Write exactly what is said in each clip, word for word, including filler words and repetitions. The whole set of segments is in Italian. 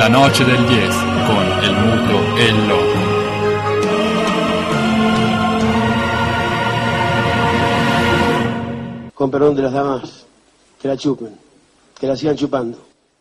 La noche del diez con el muto e el loco. Con perdón de las damas, que la chupen, que la sigan chupando.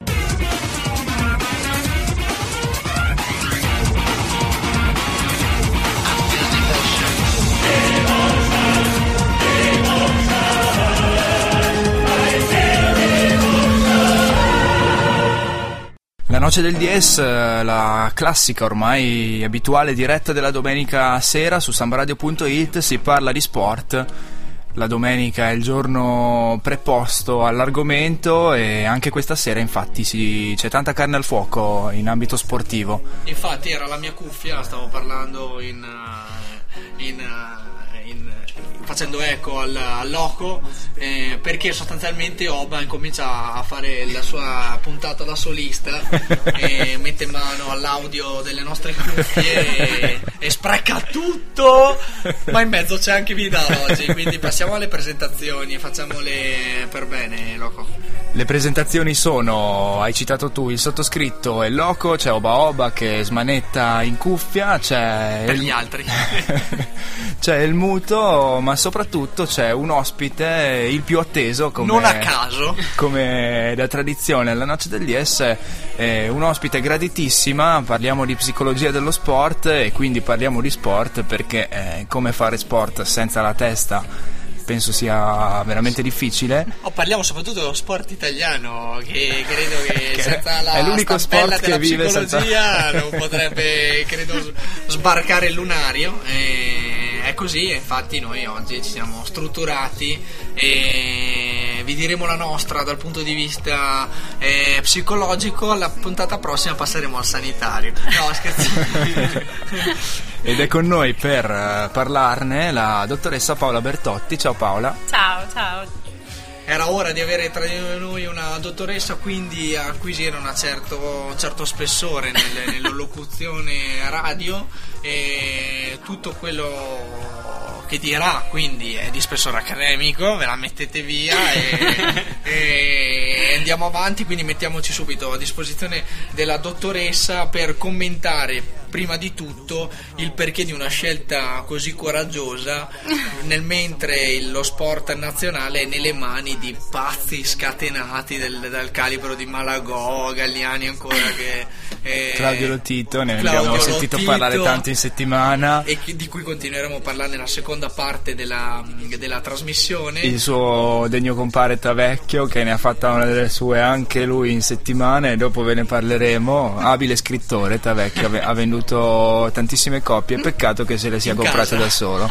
La noce del diez, la classica ormai abituale diretta della domenica sera su sambaradio punto it, si parla di sport. La domenica è il giorno preposto all'argomento e anche questa sera infatti si, c'è tanta carne al fuoco in ambito sportivo. Infatti era la mia cuffia, stavo parlando in, in, in facendo eco al, al loco, eh, perché sostanzialmente Oba incomincia a fare la sua puntata da solista e mette mano all'audio delle nostre cuffie e, e spreca tutto, ma in mezzo c'è anche Vidal oggi, quindi passiamo alle presentazioni, facciamole per bene, loco. Le presentazioni sono, hai citato tu, il sottoscritto e il loco, c'è Oba Oba che smanetta in cuffia, c'è per il... gli altri c'è il muto, ma soprattutto c'è un ospite, il più atteso, come, non a caso, come da tradizione alla noce del diez, è un ospite graditissima. Parliamo di psicologia dello sport e quindi parliamo di sport perché eh, come fare sport senza la testa penso sia veramente difficile. Oh, parliamo soprattutto dello sport italiano, che credo che, che senza la è l'unico sport della che vive psicologia senza... non potrebbe, credo, sbarcare il lunario. E è così, infatti noi oggi ci siamo strutturati e vi diremo la nostra dal punto di vista eh, psicologico. Alla puntata prossima passeremo al sanitario. No, scherzo. Ed è con noi per uh, parlarne la dottoressa Paola Bertotti. Ciao Paola. Ciao, ciao. Era ora di avere tra di noi una dottoressa, quindi acquisire un certo, un certo spessore nelle, nell'locuzione radio, e tutto quello che dirà quindi è di spessore accademico, ve la mettete via e, e andiamo avanti, quindi mettiamoci subito a disposizione della dottoressa per commentare prima di tutto il perché di una scelta così coraggiosa nel mentre lo sport nazionale è nelle mani di pazzi scatenati del, del calibro di Malagò, Galliani ancora che eh, Claudio Lotito, ne Claudio abbiamo sentito Lotito, parlare tanto in settimana e di cui continueremo a parlare nella seconda parte della, della trasmissione. Il suo degno compare Tavecchio, che ne ha fatta una delle sue anche lui in settimana, e dopo ve ne parleremo. Abile scrittore Tavecchio, ha venduto tantissime copie, peccato che se le sia in comprate casa, da solo.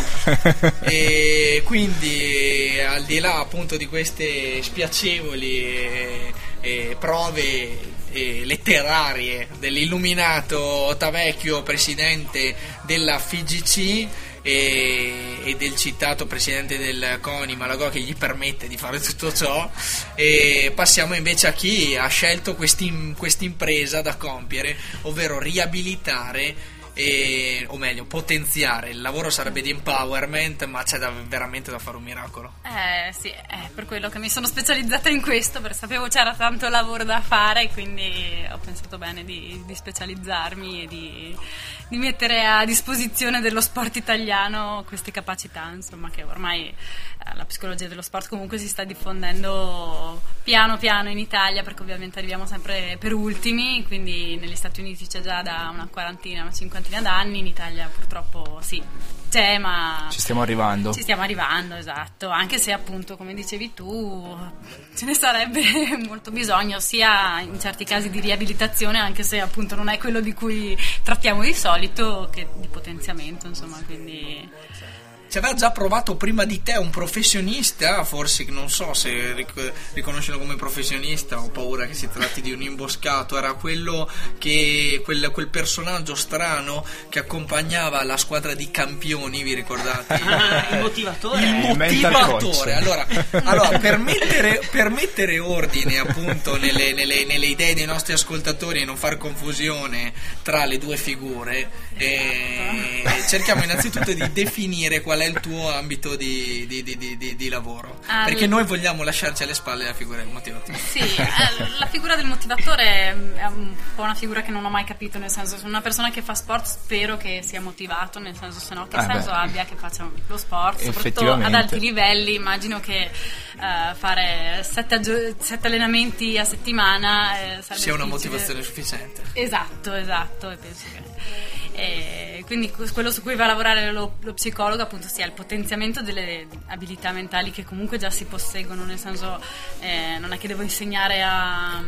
E quindi al di là appunto di queste spiacevoli eh, eh, prove eh, letterarie dell'illuminato Tavecchio, presidente della F I G C, e, e del citato presidente del CONI Malagò, che gli permette di fare tutto ciò, e passiamo invece a chi ha scelto quest'im, quest'impresa da compiere, ovvero riabilitare e, o meglio potenziare. Il lavoro sarebbe di empowerment, ma c'è da, veramente da fare un miracolo. Eh sì, è per quello che mi sono specializzata in questo, perché sapevo c'era tanto lavoro da fare, quindi ho pensato bene di, di specializzarmi e di, di mettere a disposizione dello sport italiano queste capacità, insomma, che ormai la psicologia dello sport comunque si sta diffondendo piano piano in Italia, perché ovviamente arriviamo sempre per ultimi, quindi negli Stati Uniti c'è già da una quarantina, una cinquantina d'anni, in Italia purtroppo sì, c'è, ma ci stiamo arrivando. Ci stiamo arrivando, esatto, anche se appunto, come dicevi tu, ce ne sarebbe molto bisogno, sia in certi casi di riabilitazione, anche se appunto non è quello di cui trattiamo di solito, che di potenziamento, insomma, quindi... Ci aveva già provato prima di te un professionista, forse, non so se ric- riconoscerlo come professionista, ho paura che si tratti di un imboscato. Era quello che quel, quel personaggio strano che accompagnava la squadra di campioni, vi ricordate? Ah, il motivatore. Il motivatore. Allora, allora per, mettere, per mettere ordine appunto nelle, nelle, nelle idee dei nostri ascoltatori e non far confusione tra le due figure, eh, cerchiamo innanzitutto di definire qual qual è il tuo ambito di, di, di, di, di lavoro, ah, perché noi vogliamo lasciarci alle spalle la figura del motivatore. Sì, eh, la figura del motivatore è un po' una figura che non ho mai capito, nel senso, sono una persona che fa sport, spero che sia motivato, nel senso, se no che ah senso beh. abbia che faccia lo sport, soprattutto ad alti livelli. Immagino che uh, fare sette, aggio- sette allenamenti a settimana eh, sarebbe sia una difficile. motivazione sufficiente. Esatto, esatto, e penso che e quindi quello su cui va a lavorare lo, lo psicologo appunto sia il potenziamento delle abilità mentali che comunque già si posseggono, nel senso eh, non è che devo insegnare a,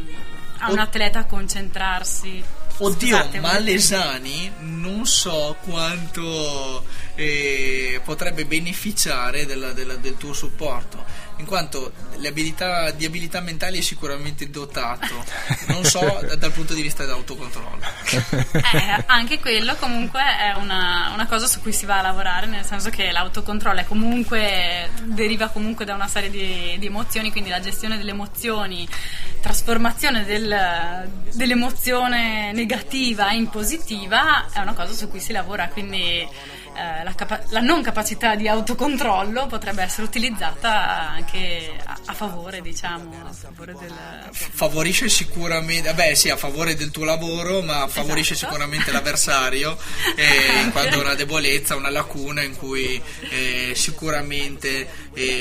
a un atleta a concentrarsi. Oddio, Scusate, ma Lesani non so quanto eh, potrebbe beneficiare della, della, del tuo supporto, in quanto le abilità, di abilità mentali è sicuramente dotato, non so dal punto di vista dell'autocontrollo. Eh, anche quello comunque è una, una cosa su cui si va a lavorare, nel senso che l'autocontrollo è comunque, deriva comunque da una serie di, di emozioni, quindi la gestione delle emozioni, trasformazione del, dell'emozione negativa in positiva è una cosa su cui si lavora, quindi eh, la, capa- la non capacità di autocontrollo potrebbe essere utilizzata anche a, a favore, diciamo, a favore del... Favorisce sicuramente, vabbè sì, a favore del tuo lavoro, ma favorisce esatto. sicuramente l'avversario, eh, in quanto è una debolezza, una lacuna in cui eh, sicuramente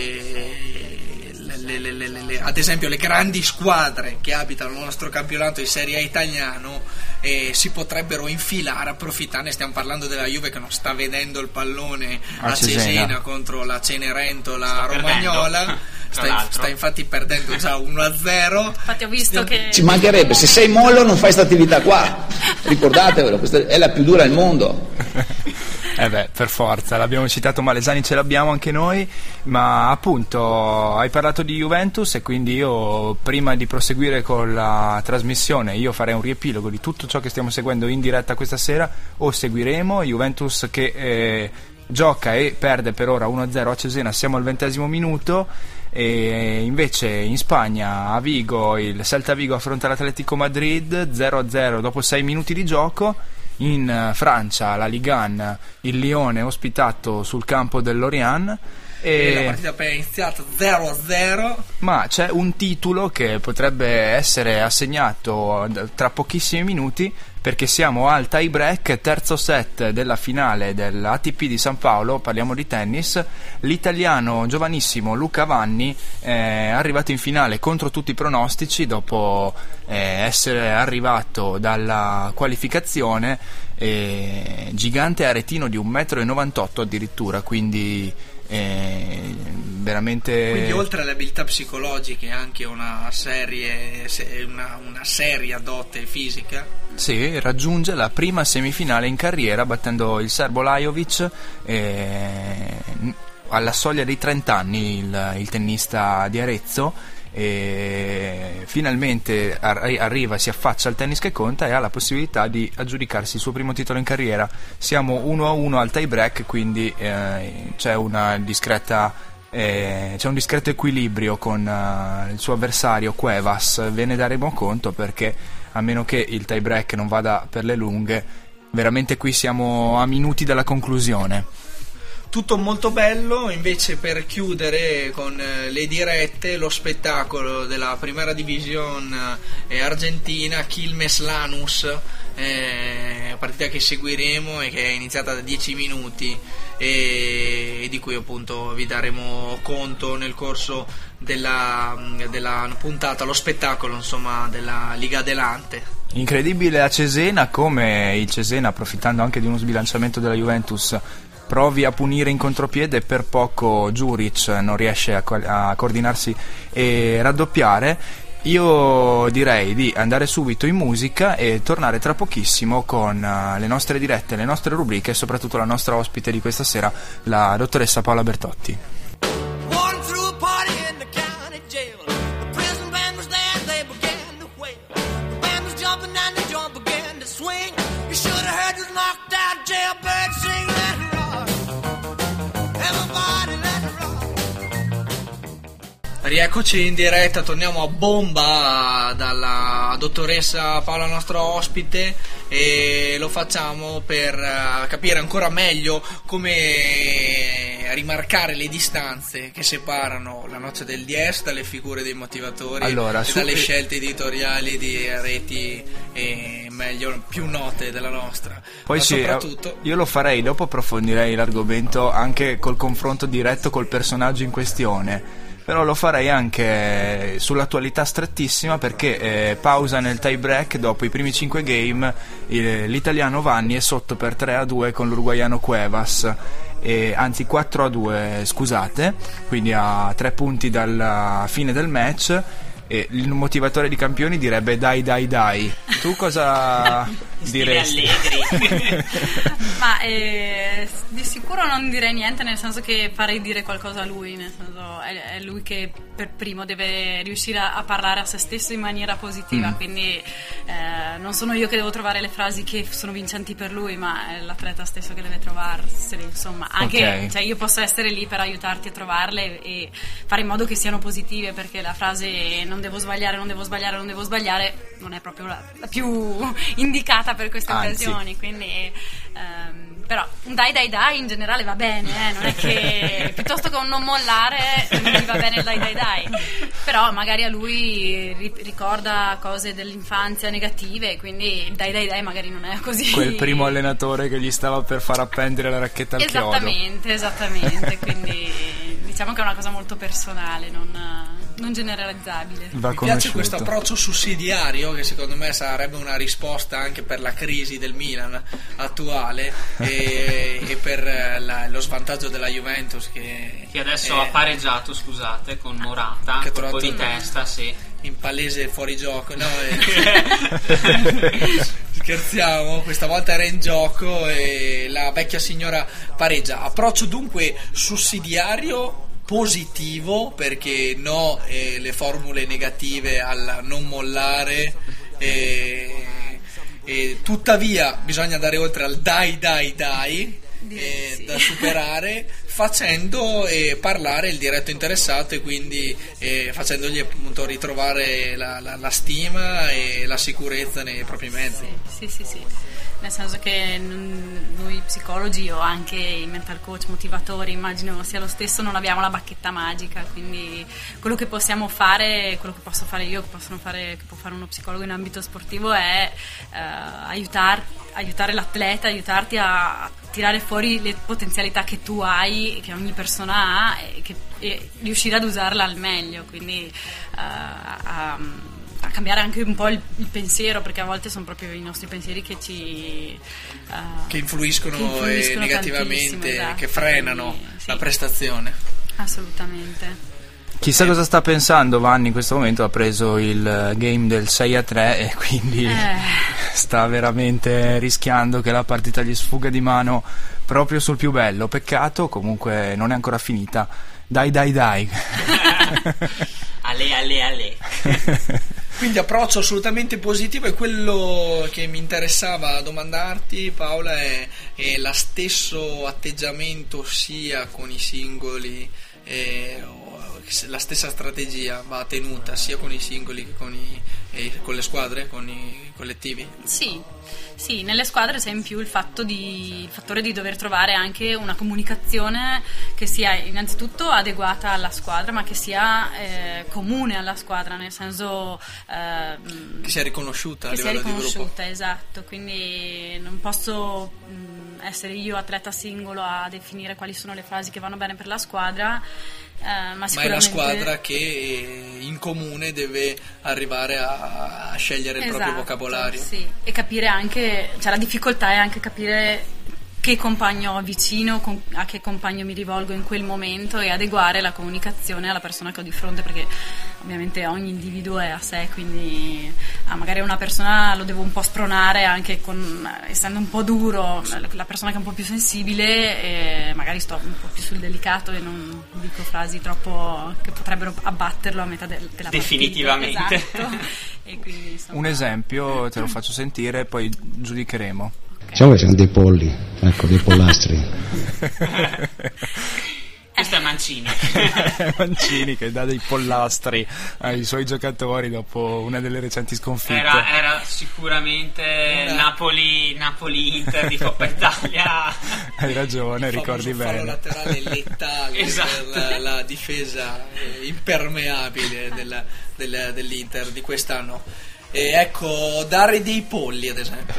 eh, Le, le, le, le, ad esempio le grandi squadre che abitano il nostro campionato di Serie A italiano eh, si potrebbero infilare, approfittare. Stiamo parlando della Juve che non sta vedendo il pallone a, a Cesena. Cesena contro la Cenerentola sta Romagnola perdendo, sta, sta infatti perdendo già uno a zero. Infatti ho visto che ci mancherebbe, se sei mollo non fai questa attività qua, ricordatevelo, questa è la più dura al mondo. Eh beh, per forza, l'abbiamo citato Malesani, ce l'abbiamo anche noi, ma appunto hai parlato di Juventus e quindi io, prima di proseguire con la trasmissione, io farei un riepilogo di tutto ciò che stiamo seguendo in diretta questa sera. O seguiremo Juventus che eh, gioca e perde per ora uno a zero a Cesena, siamo al ventesimo minuto, e invece in Spagna a Vigo il Celta Vigo affronta l'Atletico Madrid zero a zero dopo sei minuti di gioco. In Francia la Ligue uno, il Lione è ospitato sul campo del Lorient e la partita appena iniziata zero a zero, ma c'è un titolo che potrebbe essere assegnato tra pochissimi minuti, perché siamo al tie break, terzo set della finale dell'A T P di San Paolo, parliamo di tennis. L'italiano giovanissimo Luca Vanni è arrivato in finale contro tutti i pronostici dopo eh, essere arrivato dalla qualificazione, eh, gigante aretino di un metro e novantotto addirittura, quindi eh, veramente, quindi oltre alle abilità psicologiche anche una serie una, una seria dote fisica. Sì, raggiunge la prima semifinale in carriera battendo il serbo Lajovic eh, alla soglia dei trenta anni, il, il tennista di Arezzo, e finalmente arri- arriva, si affaccia al tennis che conta e ha la possibilità di aggiudicarsi il suo primo titolo in carriera. Siamo uno a uno al tie break, quindi eh, c'è una discreta eh, c'è un discreto equilibrio con uh, il suo avversario Cuevas. Ve ne daremo conto, perché a meno che il tie break non vada per le lunghe, veramente qui siamo a minuti dalla conclusione. Tutto molto bello. Invece, per chiudere con eh, le dirette, lo spettacolo della Primera Division eh, argentina, Quilmes Lanús, eh, partita che seguiremo e che è iniziata da dieci minuti e, e di cui appunto vi daremo conto nel corso della, della puntata, lo spettacolo insomma della Liga Adelante. Incredibile a Cesena come il Cesena, approfittando anche di uno sbilanciamento della Juventus, provi a punire in contropiede, per poco Djuric non riesce a, co- a coordinarsi e raddoppiare. Io direi di andare subito in musica e tornare tra pochissimo con uh, le nostre dirette, le nostre rubriche e soprattutto la nostra ospite di questa sera, la dottoressa Paola Bertotti. Rieccoci in diretta, torniamo a bomba dalla dottoressa Paola, nostra ospite, e lo facciamo per capire ancora meglio come eh, rimarcare le distanze che separano la Noce del diez dalle figure dei motivatori allora, e su... dalle scelte editoriali di reti eh, meglio più note della nostra. Poi Ma sì, soprattutto... io lo farei, dopo approfondirei l'argomento anche col confronto diretto col personaggio in questione. Però lo farei anche sull'attualità strettissima, perché eh, pausa nel tie break dopo i primi cinque game, eh, l'italiano Vanni è sotto per tre a due con l'uruguaiano Cuevas, eh, anzi quattro a due scusate, quindi a tre punti dalla fine del match. E il motivatore di campioni direbbe dai dai dai. Tu cosa diresti? Allegri. Ma eh, di sicuro non direi niente, nel senso che farei dire qualcosa a lui, nel senso è, è lui che per primo deve riuscire a, a parlare a se stesso in maniera positiva, mm. quindi eh, non sono io che devo trovare le frasi che sono vincenti per lui, ma è l'atleta stesso che deve trovarsele, insomma. Anche okay. cioè, io posso essere lì per aiutarti a trovarle e fare in modo che siano positive, perché la frase non devo sbagliare, non devo sbagliare, non devo sbagliare non è proprio la, la più indicata per queste Anzi. occasioni, quindi ehm, però un dai dai dai in generale va bene, eh? Non è che piuttosto che un non mollare non gli va bene il dai dai dai, però magari a lui ri- ricorda cose dell'infanzia negative, quindi il dai dai dai magari non è così. Quel primo allenatore che gli stava per far appendere la racchetta al esattamente, chiodo. Esattamente, quindi diciamo che è una cosa molto personale, non non generalizzabile. Mi piace questo approccio sussidiario, che secondo me sarebbe una risposta anche per la crisi del Milan attuale e, e per la, lo svantaggio della Juventus che, che adesso è, ha pareggiato, scusate, con Morata, che colpo di testa, sì, in palese fuorigioco. No, e... scherziamo, questa volta era in gioco e la vecchia signora pareggia. Approccio dunque sussidiario positivo, perché no eh, le formule negative al non mollare, eh, eh, tuttavia bisogna andare oltre al dai dai dai eh, sì. da superare, facendo eh, parlare il diretto interessato e quindi eh, facendogli appunto ritrovare la, la, la stima e la sicurezza nei propri mezzi. Sì, sì, sì, sì. Nel senso che noi psicologi o anche i mental coach, motivatori, immagino sia lo stesso, non abbiamo la bacchetta magica, quindi quello che possiamo fare, quello che posso fare io, che possono fare, che può fare uno psicologo in ambito sportivo è eh, aiutar, aiutare l'atleta, aiutarti a, a tirare fuori le potenzialità che tu hai, che ogni persona ha, e, che, e riuscire ad usarla al meglio, quindi uh, a, a cambiare anche un po' il, il pensiero, perché a volte sono proprio i nostri pensieri che ci uh, che influiscono, che influiscono negativamente, esatto, che frenano quindi, sì, la prestazione. Assolutamente. Chissà cosa sta pensando Vanni in questo momento, ha preso il game del sei a tre e quindi eh. sta veramente rischiando che la partita gli sfugga di mano proprio sul più bello. Peccato, comunque non è ancora finita. Dai dai dai. Ale ale ale. Quindi approccio assolutamente positivo, e quello che mi interessava domandarti, Paola, è, è lo stesso atteggiamento sia con i singoli, eh, la stessa strategia va tenuta sia con i singoli che con, i, eh, con le squadre, con i collettivi? Sì, sì, nelle squadre c'è in più il fatto di, il fattore di dover trovare anche una comunicazione che sia innanzitutto adeguata alla squadra, ma che sia eh, comune alla squadra, nel senso eh, che sia riconosciuta, che a sia livello riconosciuta, di gruppo. esatto. Quindi non posso mh, essere io atleta singolo a definire quali sono le frasi che vanno bene per la squadra. Uh, ma, ma è la squadra che in comune deve arrivare a, a scegliere esatto, il proprio vocabolario, sì. E capire anche, cioè la difficoltà è anche capire che compagno ho vicino, con, a che compagno mi rivolgo in quel momento, e adeguare la comunicazione alla persona che ho di fronte, perché ovviamente ogni individuo è a sé, quindi ah, magari una persona lo devo un po' spronare anche con, essendo un po' duro, la persona che è un po' più sensibile, e magari sto un po' più sul delicato e non dico frasi troppo che potrebbero abbatterlo a metà del, della definitivamente partita. Esatto. E quindi, insomma... Un esempio te lo faccio sentire e poi giudicheremo. Diciamo che siamo dei polli, ecco, dei pollastri. Questa è Mancini. Mancini che dà dei pollastri ai suoi giocatori dopo una delle recenti sconfitte. Era, era sicuramente Una... Napoli, Napoli-Inter di Coppa Italia. Hai ragione, ricordi bene. Il bene. fallo laterale letale Esatto. per la, la difesa eh, impermeabile della, della, dell'Inter di quest'anno. E ecco, dare dei polli ad esempio,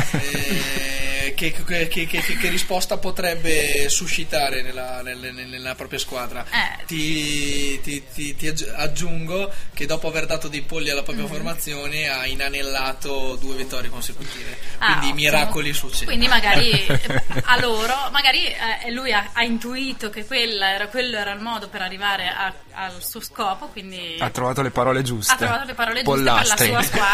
eh, che, che, che, che, che risposta potrebbe suscitare nella, nella, nella propria squadra? Eh. Ti, ti, ti, ti aggiungo che dopo aver dato dei polli alla propria mm. formazione ha inanellato due vittorie consecutive, ah, quindi ottimo. Miracoli succedono. Quindi magari a loro, magari eh, lui ha, ha intuito che quella era, quello era il modo per arrivare a, al suo scopo, quindi ha trovato le parole giuste. Ha trovato le parole giuste Pollastri. per la sua squadra.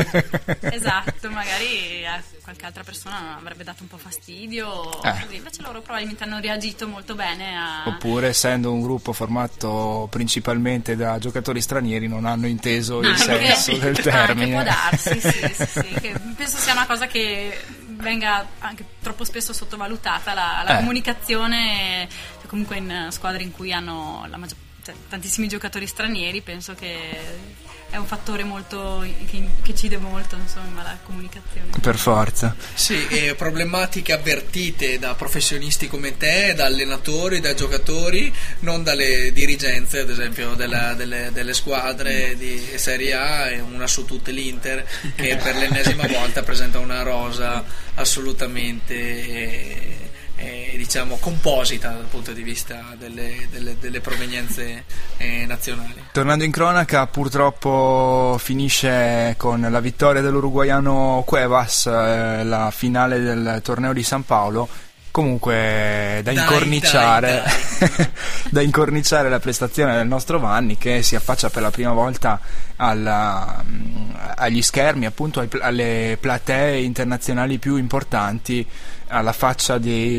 Esatto, magari a qualche altra persona avrebbe dato un po' fastidio, eh. così. Invece loro probabilmente hanno reagito molto bene a... Oppure, essendo un gruppo formato principalmente da giocatori stranieri, non hanno inteso il Anche- senso del termine. Anche può darsi, sì, sì, sì, che penso sia una cosa che venga anche troppo spesso sottovalutata, la, la Eh. comunicazione, comunque in squadre in cui hanno la maggior, cioè, tantissimi giocatori stranieri, penso che è un fattore molto che, che incide molto, insomma, la comunicazione. Per forza. Sì, e problematiche avvertite da professionisti come te, da allenatori, da giocatori, non dalle dirigenze, ad esempio della, delle, delle squadre di Serie A, e una su tutte l'Inter, che per l'ennesima volta presenta una rosa assolutamente eh, eh, diciamo composita dal punto di vista delle, delle, delle provenienze eh, nazionali. Tornando in cronaca, purtroppo finisce con la vittoria dell'uruguaiano Cuevas, eh, la finale del torneo di San Paolo. Comunque da Dai, incorniciare dai, dai. da incorniciare la prestazione del nostro Vanni, che si affaccia per la prima volta alla, agli schermi, appunto ai, alle platee internazionali più importanti, alla faccia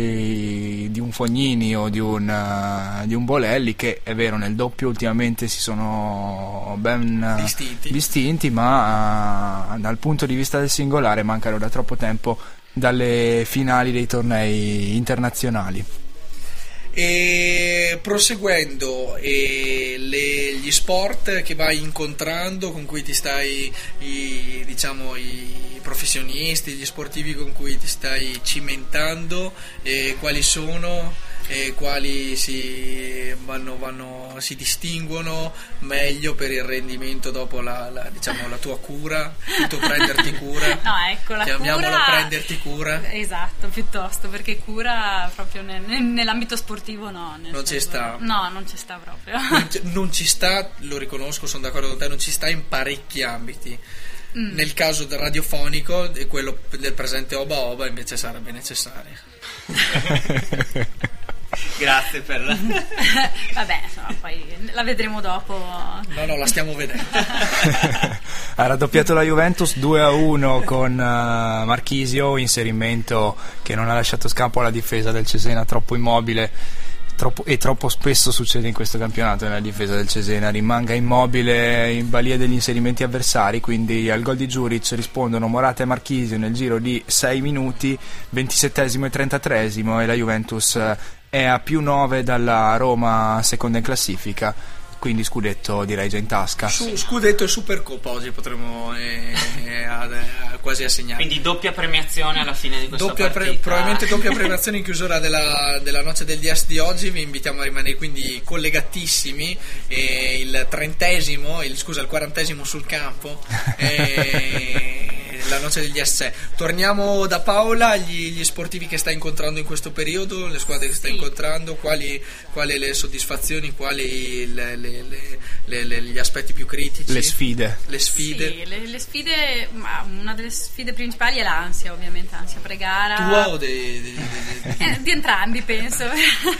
di, di un Fognini o di un, di un Bolelli, che è vero nel doppio ultimamente si sono ben Distinti. distinti, ma uh, dal punto di vista del singolare mancano da troppo tempo dalle finali dei tornei internazionali. E proseguendo, e le, gli sport che vai incontrando, con cui ti stai, i, diciamo, i professionisti, gli sportivi con cui ti stai cimentando, e quali sono? E quali si, vanno, vanno, si distinguono meglio per il rendimento dopo la, la, diciamo, la tua cura, il tuo prenderti cura? No, ecco, la Chiamiamolo cura... prenderti cura. Esatto, piuttosto, perché cura proprio nel, nell'ambito sportivo no. Nel Non ci senso- sta. No, non ci sta proprio. Non ci- non ci sta, lo riconosco, sono d'accordo con te, non ci sta in parecchi ambiti. Mm. Nel caso del radiofonico e quello del presente Oba Oba invece sarebbe necessario. Grazie per la... Vabbè, insomma, poi la vedremo dopo. No, no, la stiamo vedendo. Ha raddoppiato la Juventus due a uno con uh, Marchisio, inserimento che non ha lasciato scampo alla difesa del Cesena, troppo immobile. Troppo, e troppo spesso succede in questo campionato nella difesa del Cesena, rimanga immobile in balia degli inserimenti avversari, quindi al gol di Giuric rispondono Morata e Marchisio nel giro di sei minuti, ventisettesimo e trentatreesimo, e la Juventus è a più nove dalla Roma, seconda in classifica, quindi scudetto direi già in tasca. Su, scudetto e Supercoppa oggi potremmo eh, eh, ad- eh, quasi assegnare. Quindi doppia premiazione alla fine di questa Doppia pre- partita. probabilmente doppia premiazione in chiusura della, della noce del D S di oggi. Vi invitiamo a rimanere quindi collegatissimi. E il trentesimo, il, scusa, il quarantesimo sul campo. E la noce del D S c'è. Torniamo da Paola, gli, gli sportivi che sta incontrando in questo periodo, le squadre che sta Sì. incontrando, quali, quali le soddisfazioni, quali le, le, le, le, le, gli aspetti più critici, Le sfide. le sfide. Sì, le, le sfide, ma una delle sfide principali è l'ansia, ovviamente, ansia pre-gara. Tua o dei, dei, dei, dei... Eh, di entrambi, penso.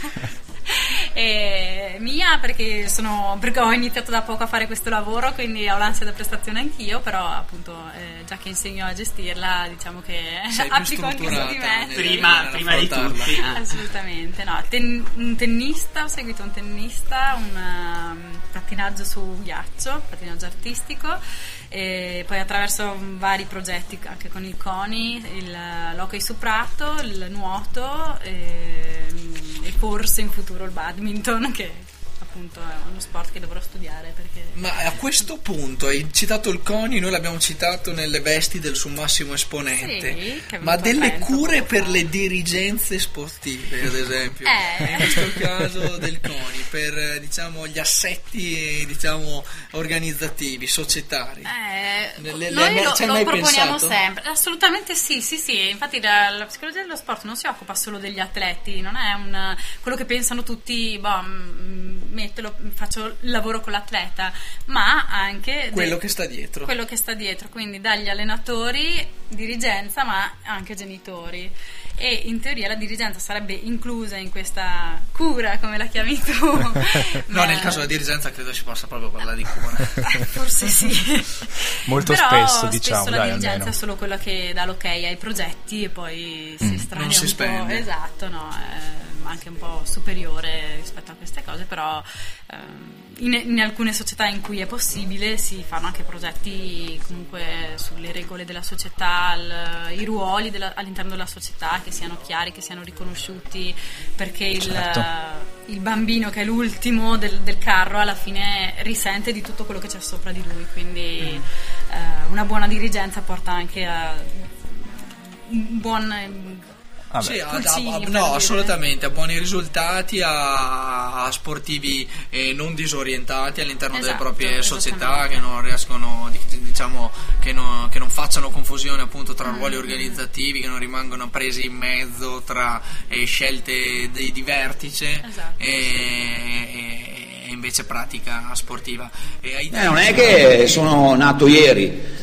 E mia perché sono perché ho iniziato da poco a fare questo lavoro, quindi ho l'ansia da prestazione anch'io, però appunto eh, già che insegno a gestirla, diciamo che Sei più applico anche su strutturata di me. nel- Prima, nel prima di affrontarla. tutti. Ah. Assolutamente no. Ten- un tennista, ho seguito un tennista, un um, pattinaggio su ghiaccio, pattinaggio artistico, e poi attraverso vari progetti anche con il CONI, il l'hockey su prato, il nuoto, e, e forse in futuro il badminton, che appunto è uno sport che dovrò studiare perché... Ma a questo punto hai citato il CONI, noi l'abbiamo citato nelle vesti del suo massimo esponente, sì, che è ma delle Trento, cure per fa. le dirigenze sportive, ad esempio, eh. in questo caso del CONI, per diciamo gli assetti diciamo organizzativi, societari. Eh, le, le, noi le, lo, lo mai proponiamo pensato? sempre, assolutamente sì, sì, sì. Infatti la, la psicologia dello sport non si occupa solo degli atleti, non è un, quello che pensano tutti, boh, mettelo, faccio il lavoro con l'atleta, ma anche quello de- che sta dietro. Quello che sta dietro, quindi dagli allenatori, dirigenza, ma anche genitori. E in teoria la dirigenza sarebbe inclusa in questa cura, come la chiami tu. No, ma... nel caso della dirigenza credo si possa proprio parlare di cura. Eh, forse sì. Molto Però spesso, diciamo, spesso la dai, dirigenza almeno. è solo quella che dà l'ok ai progetti e poi si Mm. estrae Non si un spende. po', esatto, no, è anche un po' superiore rispetto a queste cose, però ehm, in, in alcune società in cui è possibile si fanno anche progetti comunque sulle regole della società, il, i ruoli della, all'interno della società, che siano chiari, che siano riconosciuti, perché il, Certo. il bambino che è l'ultimo del, del carro alla fine risente di tutto quello che c'è sopra di lui, quindi eh, una buona dirigenza porta anche a un buon... Vabbè. Sì, a- Pulcini, a- a- per no, dire. assolutamente, a buoni risultati, a, a sportivi eh, non disorientati all'interno delle Esatto, proprie società, esattamente. che non riescono, di- diciamo, che non, che non facciano confusione appunto tra ruoli organizzativi, che non rimangano presi in mezzo tra eh, scelte di, di vertice Esatto. e, e- e invece pratica sportiva. E ai Eh, non è che sono nato ieri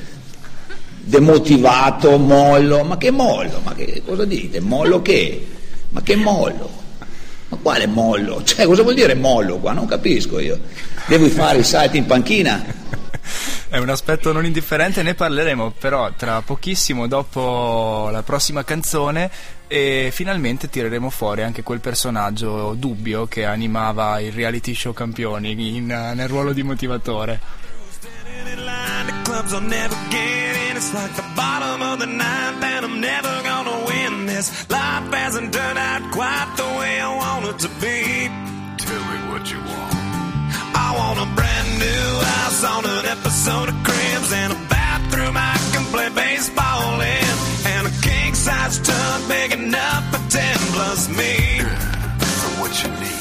demotivato, mollo, ma che mollo? Ma che cosa dite? Mollo che? Ma che mollo? Ma quale mollo? Cioè, cosa vuol dire mollo qua? Non capisco io. Devo fare i salti in panchina? È un aspetto non indifferente, ne parleremo però tra pochissimo, dopo la prossima canzone, e finalmente tireremo fuori anche quel personaggio dubbio che animava il reality show Campioni in, nel ruolo di motivatore. Clubs I'll never get in. It's like the bottom of the ninth, and I'm never gonna win this. Life hasn't turned out quite the way I want it to be. Tell me what you want. I want a brand new house on an episode of Cribs, and a bathroom I can play baseball in, and a king size tub big enough for ten plus me. For what you need.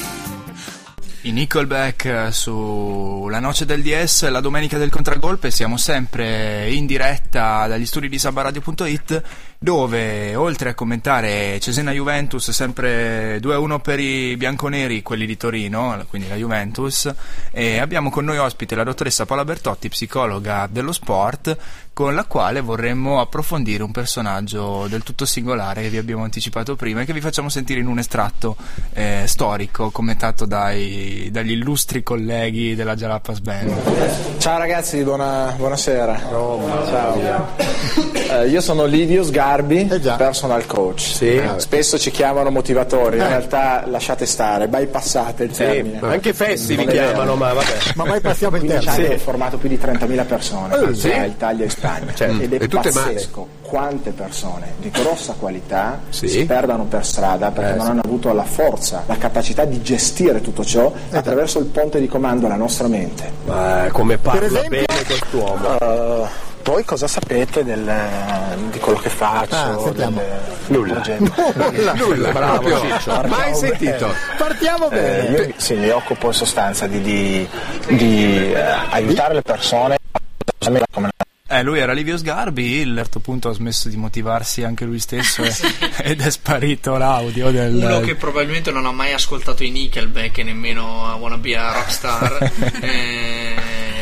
I Nickelback su La Noce del D S, la domenica del contragolpe. Siamo sempre in diretta dagli studi di sabaradio punto it, dove oltre a commentare Cesena Juventus, sempre due a uno per i bianconeri, quelli di Torino, quindi la Juventus, e abbiamo con noi ospite la dottoressa Paola Bertotti, psicologa dello sport, con la quale vorremmo approfondire un personaggio del tutto singolare che vi abbiamo anticipato prima e che vi facciamo sentire in un estratto eh, storico commentato dai, dagli illustri colleghi della Jalapas Band. Ciao ragazzi, buona, buonasera. Ciao. Eh, io sono Livio Sgarbi, Eh già. personal coach. Sì. Eh, spesso ci chiamano motivatori, in Eh. realtà lasciate stare, bypassate il termine. Anche Fessi vi Non è vero. chiamano, ma vabbè. Ma mai passiamo il quindici termine? anni ho formato più di trentamila persone Eh, tra sì? Italia e Spagna, Certo. ed è E tutte pazzesco quante persone di grossa qualità Sì. si perdono per strada perché Eh, non sì. hanno avuto la forza, la capacità di gestire tutto ciò attraverso il ponte di comando, la nostra mente. Ma come parla esempio? bene quest'uomo. Uh, voi cosa sapete del, di quello che faccio? Ah, sentiamo. del- Nulla. progetto? Nulla, nulla, Bravo, proprio. Ciccio. Mai Partiamo sentito. bene. Partiamo Eh, bene. io sì, mi occupo in sostanza di, di, di eh, aiutare le persone a come Eh, lui era Livio Sgarbi, a un certo punto ha smesso di motivarsi anche lui stesso e- ed è sparito l'audio del... Uno che probabilmente non ha mai ascoltato i Nickelback e nemmeno Wanna Be a Rockstar. eh,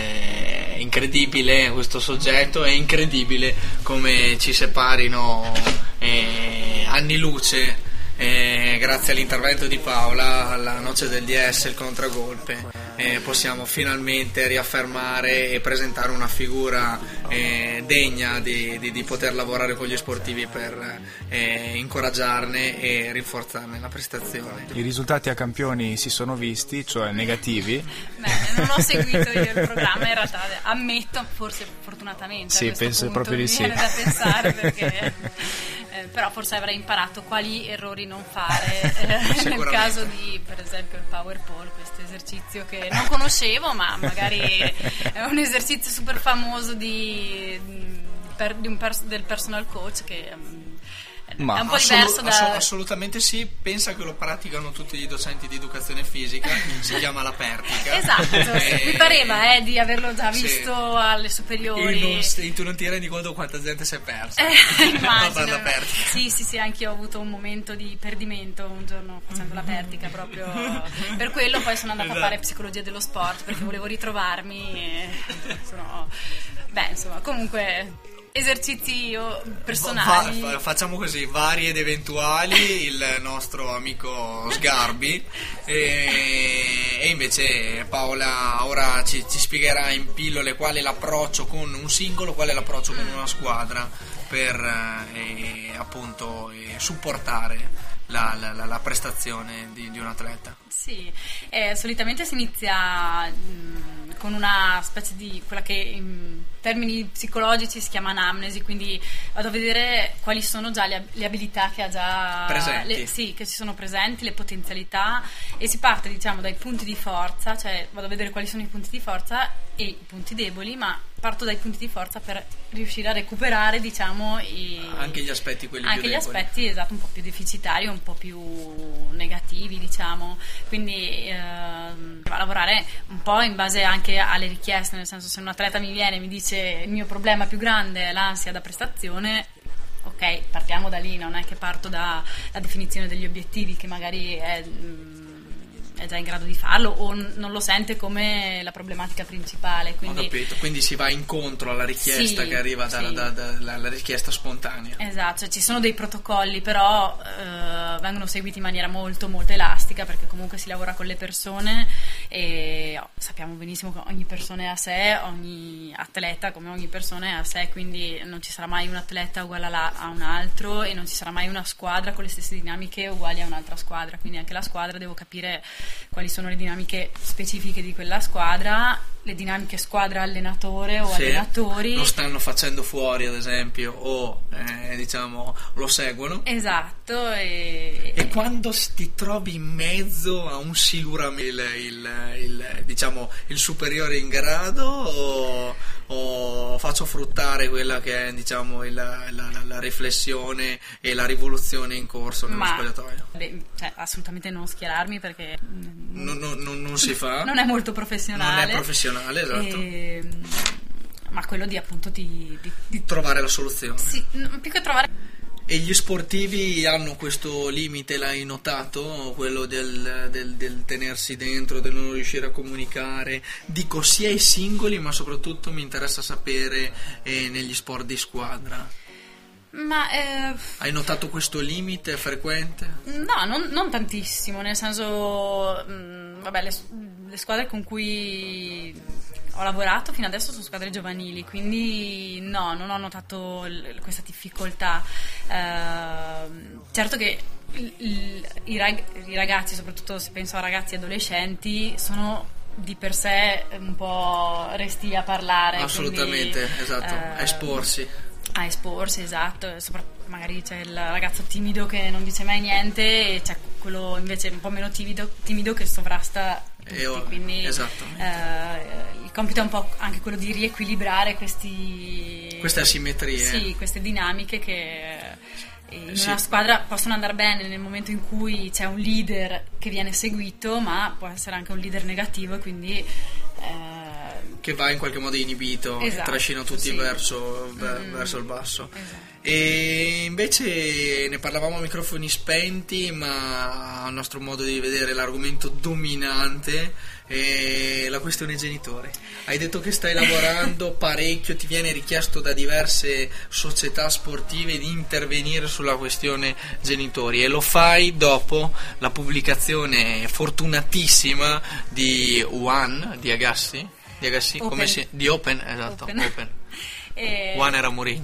è incredibile questo soggetto, è incredibile come ci separino eh, anni luce. Eh, grazie all'intervento di Paola, alla Noce del D S, il contragolpe, eh, possiamo finalmente riaffermare e presentare una figura eh, degna di, di, di poter lavorare con gli sportivi per eh, incoraggiarne e rinforzarne la prestazione. I risultati a Campioni si sono visti, cioè negativi. Beh, non ho seguito io il programma, in realtà ammetto, forse fortunatamente. Sì, a questo penso punto proprio di mi sì. viene da pensare perché eh, eh, però forse avrei imparato quali errori non fare eh, nel caso di, per esempio, il power pole, questo esercizio che non conoscevo, ma magari è un esercizio super famoso di, per, di un pers- del personal coach che um, Ma è un po' Assolu- diverso da... asso- assolutamente sì, pensa che lo praticano tutti i docenti di educazione fisica, si chiama la pertica. Esatto, Eh, mi pareva eh, di averlo già sì. visto alle superiori. E, non, e tu non ti rendi conto quanta gente si è persa Eh, per immagino. la pertica. Sì, sì, sì, anche io ho avuto un momento di perdimento un giorno facendo la pertica, proprio per quello poi sono andata a fare psicologia dello sport perché volevo ritrovarmi e sono... Beh, insomma, comunque esercizi oh, personali. Va- fa- facciamo così, vari ed eventuali, il nostro amico Sgarbi, e, e invece Paola ora ci, ci spiegherà in pillole qual è l'approccio con un singolo, qual è l'approccio con una squadra per eh, appunto eh, supportare la, la, la, la prestazione di, di un atleta. Sì, eh, solitamente si inizia mh, con una specie di quella che in termini psicologici si chiama anamnesi, quindi vado a vedere quali sono già le, le abilità che ha già presenti. Le, sì, che ci sono presenti, le potenzialità, e si parte, diciamo, dai punti di forza, cioè vado a vedere quali sono i punti di forza e i punti deboli, ma parto dai punti di forza per riuscire a recuperare, diciamo, i, anche gli aspetti quelli anche più gli deboli. aspetti, esatto, un po' più deficitari, un po' più negativi, diciamo, quindi ehm, va a lavorare un po' in base anche alle richieste, nel senso, se un atleta mi viene e mi dice il mio problema più grande è l'ansia da prestazione, ok, partiamo da lì, non è che parto dalla definizione degli obiettivi, che magari è mh, è già in grado di farlo o n- non lo sente come la problematica principale, quindi... Ho capito, quindi si va incontro alla richiesta Sì, che arriva dalla sì. da, da, da, la richiesta spontanea. Esatto, cioè, ci sono dei protocolli, però eh, vengono seguiti in maniera molto molto elastica, perché comunque si lavora con le persone e oh, sappiamo benissimo che ogni persona è a sé, ogni atleta come ogni persona è a sé, quindi non ci sarà mai un atleta uguale a, la- a un altro e non ci sarà mai una squadra con le stesse dinamiche uguali a un'altra squadra, quindi anche la squadra devo capire quali sono le dinamiche specifiche di quella squadra, le dinamiche squadra-allenatore o Se allenatori. lo stanno facendo fuori, ad esempio, o eh, diciamo lo seguono. Esatto. E, E quando ti trovi in mezzo a un siluramento, il, il, il, diciamo, il superiore in grado, o, o faccio fruttare quella che è, diciamo, il, la, la, la riflessione e la rivoluzione in corso nello Ma, spogliatoio? beh, cioè, assolutamente non schierarmi, perché Non, non, non, non si fa. non è molto professionale. Non è professionale, esatto. E, ma quello di appunto di, di, di Trovare la soluzione. sì, n- più che trovare. E gli sportivi hanno questo limite, l'hai notato? Quello del, del, del tenersi dentro, del non riuscire a comunicare. Dico sia i singoli, ma soprattutto mi interessa sapere eh, negli sport di squadra. Ma eh, Hai notato questo limite frequente? no, non, non tantissimo, nel senso, mh, vabbè, le, le squadre con cui ho lavorato fino adesso sono squadre giovanili, quindi no, non ho notato l- questa difficoltà. Eh, certo che il- il- i, rag- i ragazzi, soprattutto se penso a ragazzi adolescenti, sono di per sé un po' resti a parlare. Assolutamente, quindi, esatto, eh, a esporsi. A esporsi, esatto, soprattutto magari c'è il ragazzo timido che non dice mai niente e c'è quello invece un po' meno timido, timido che sovrasta tutti, E ho- quindi esattamente. eh, il compito è un po' anche quello di riequilibrare questi Queste asimmetrie. sì, queste dinamiche che in Sì. una squadra possono andare bene nel momento in cui c'è un leader che viene seguito, ma può essere anche un leader negativo e quindi eh, Che va in qualche modo inibito, Esatto, e trascina tutti sì. verso, ver- Mm. verso il basso. Esatto. E invece ne parlavamo a microfoni spenti, ma a nostro modo di vedere l'argomento dominante è la questione genitori. Hai detto che stai lavorando parecchio, ti viene richiesto da diverse società sportive di intervenire sulla questione genitori, e lo fai dopo la pubblicazione fortunatissima di One, di Agassi, di Agassi, Open. come si, di Open, esatto, Open. Open. E- One era Mourinho.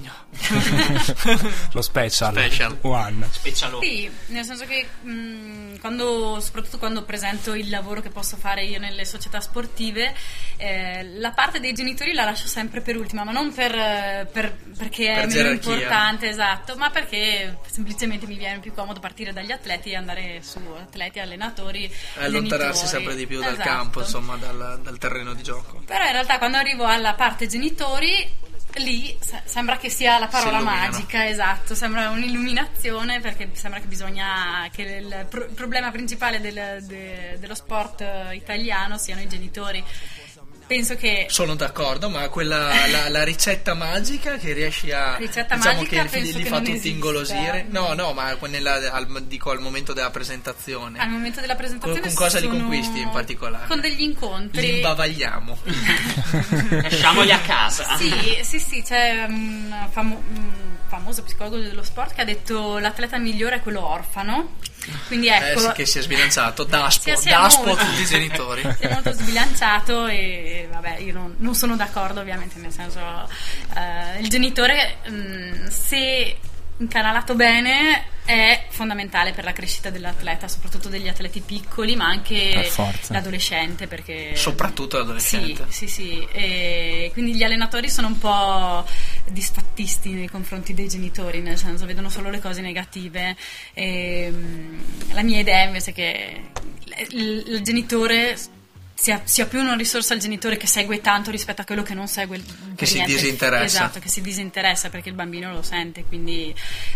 Lo special, Special. one. Specialo. Sì, nel senso che mh, quando, soprattutto quando presento il lavoro che posso fare io nelle società sportive, eh, la parte dei genitori la lascio sempre per ultima, ma non per, per perché Per è meno gerarchia. importante, esatto, ma perché semplicemente mi viene più comodo partire dagli atleti e andare su atleti, allenatori, Allontanarsi genitori. sempre di più dal Esatto. campo, insomma, dal, dal terreno di gioco. Però in realtà quando arrivo alla parte genitori, lì se- sembra che sia la parola Si illuminano. magica, esatto, sembra un'illuminazione, perché sembra che bisogna che il pro- problema principale del- de- dello sport eh, italiano siano i genitori. Penso che Sono d'accordo, ma quella la, la ricetta magica che riesci a Ricetta diciamo magica che penso li che fa non tutti esista. ingolosire. No, no, ma nella, al, dico al momento della presentazione. al momento della presentazione Con- con cosa li sono- conquisti in particolare? Con degli incontri. Li imbavagliamo. Lasciamoli a casa. Sì, sì, sì, c'è un, famo- un famoso psicologo dello sport che ha detto l'atleta migliore è quello orfano. Quindi ecco, Eh sì, che si è sbilanciato, daspo, Sì, sì, è daspo a molto- tutti i genitori. si è molto sbilanciato e vabbè, io non, non sono d'accordo ovviamente, nel senso eh, il genitore mh, se incanalato bene è fondamentale per la crescita dell'atleta, soprattutto degli atleti piccoli, ma anche Per forza. l'adolescente, perché Soprattutto l'adolescente. Sì, sì, sì. E quindi gli allenatori sono un po' disfattisti nei confronti dei genitori, nel senso vedono solo le cose negative. E, mh, la mia idea è invece che il, il genitore sia, sia più una risorsa al genitore che segue tanto rispetto a quello che non segue per Che si niente. disinteressa. Esatto, che si disinteressa, perché il bambino lo sente. Quindi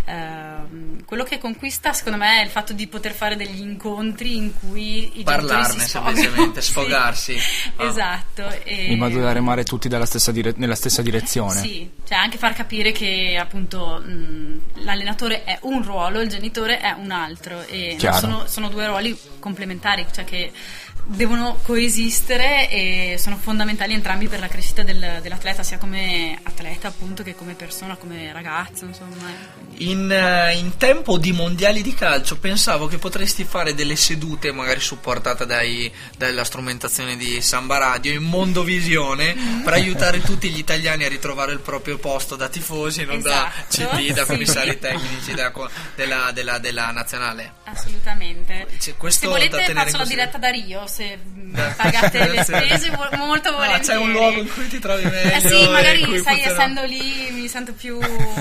ehm, quello che conquista secondo me è il fatto di poter fare degli incontri in cui i Parlarne genitori si sfogano. semplicemente, Sì. sfogarsi. Ah. Esatto. E- In modo da remare tutti dalla stessa dire- nella stessa direzione. sì, cioè anche far capire che appunto mh, l'allenatore è un ruolo, il genitore è un altro, e non Chiaro. sono, sono due ruoli complementari, cioè che devono coesistere e sono fondamentali entrambi per la crescita del- dell'atleta, sia come atleta appunto che come persona, come ragazzo, insomma. In, eh, in tempo di mondiali di calcio pensavo che potresti fare delle sedute magari supportate dai, dalla strumentazione di Samba Radio in Mondovisione per aiutare tutti gli italiani a ritrovare il proprio posto da tifosi, non da Esatto, C D, da sì. commissari tecnici, da co- della, della, della nazionale. Assolutamente. Cioè, questo Se da volete tenere faccio in la diretta da Rio, se mh, pagate le Grazie. spese, mo- molto Ah, volentieri. c'è un luogo in cui ti trovi meglio. Eh sì, e in magari cui sai, funziona- essendo lì mi sento più...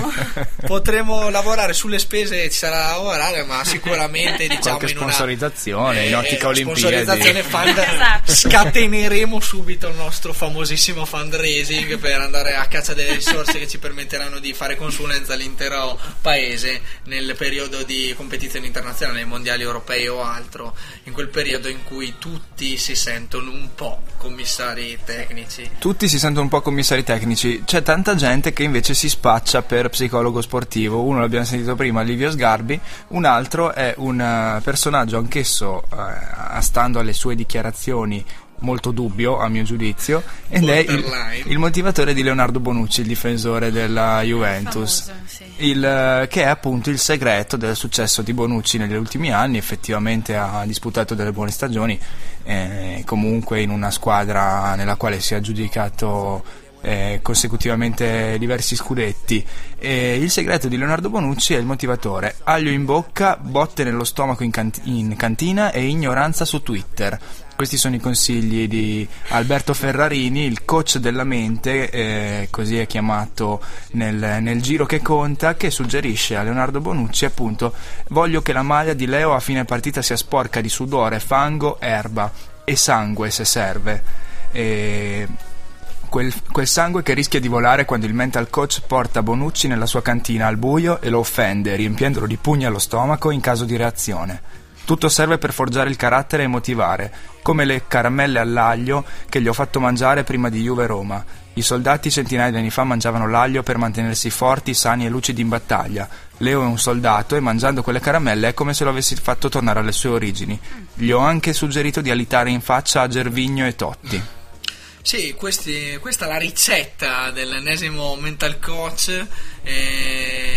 Potremo lavorare sulle spese, ci sarà da lavorare, ma sicuramente diciamo Qualche in una sponsorizzazione in ottica eh, Olimpiadi. sponsorizzazione fund, Esatto. scateneremo subito il nostro famosissimo fundraising per andare a caccia delle risorse che ci permetteranno di fare consulenza all'intero paese nel periodo di competizioni internazionali, nei mondiali europei o altro, in quel periodo in cui tutti si sentono un po' commissari tecnici. Tutti si sentono un po' commissari tecnici. C'è tanta gente che invece si spaccia per psicologo sportivo. Uno l'abbiamo sentito prima, Livio Sgarbi, un altro è un eh, personaggio anch'esso, eh, stando alle sue dichiarazioni, molto dubbio a mio giudizio, ed è il, Borderline. il motivatore di Leonardo Bonucci, il difensore della Juventus. Famoso, sì. Il, eh, che è appunto il segreto del successo di Bonucci negli ultimi anni. Effettivamente ha disputato delle buone stagioni, eh, comunque in una squadra nella quale si è aggiudicato eh, consecutivamente diversi scudetti. E il segreto di Leonardo Bonucci è il motivatore: aglio in bocca, botte nello stomaco in, cant- in cantina e ignoranza su Twitter. Questi sono i consigli di Alberto Ferrarini, il coach della mente, eh, così è chiamato nel, nel giro che conta, che suggerisce a Leonardo Bonucci appunto: voglio che la maglia di Leo a fine partita sia sporca di sudore, fango, erba e sangue se serve. E quel, quel sangue che rischia di volare quando il mental coach porta Bonucci nella sua cantina al buio e lo offende, riempiendolo di pugni allo stomaco in caso di reazione. Tutto serve per forgiare il carattere e motivare, come le caramelle all'aglio che gli ho fatto mangiare prima di Juve-Roma. I soldati centinaia di anni fa mangiavano l'aglio per mantenersi forti, sani e lucidi in battaglia. Leo è un soldato e mangiando quelle caramelle è come se lo avessi fatto tornare alle sue origini. Gli ho anche suggerito di alitare in faccia a Gervinho e Totti. Sì, questi, questa è la ricetta dell'ennesimo mental coach, eh, la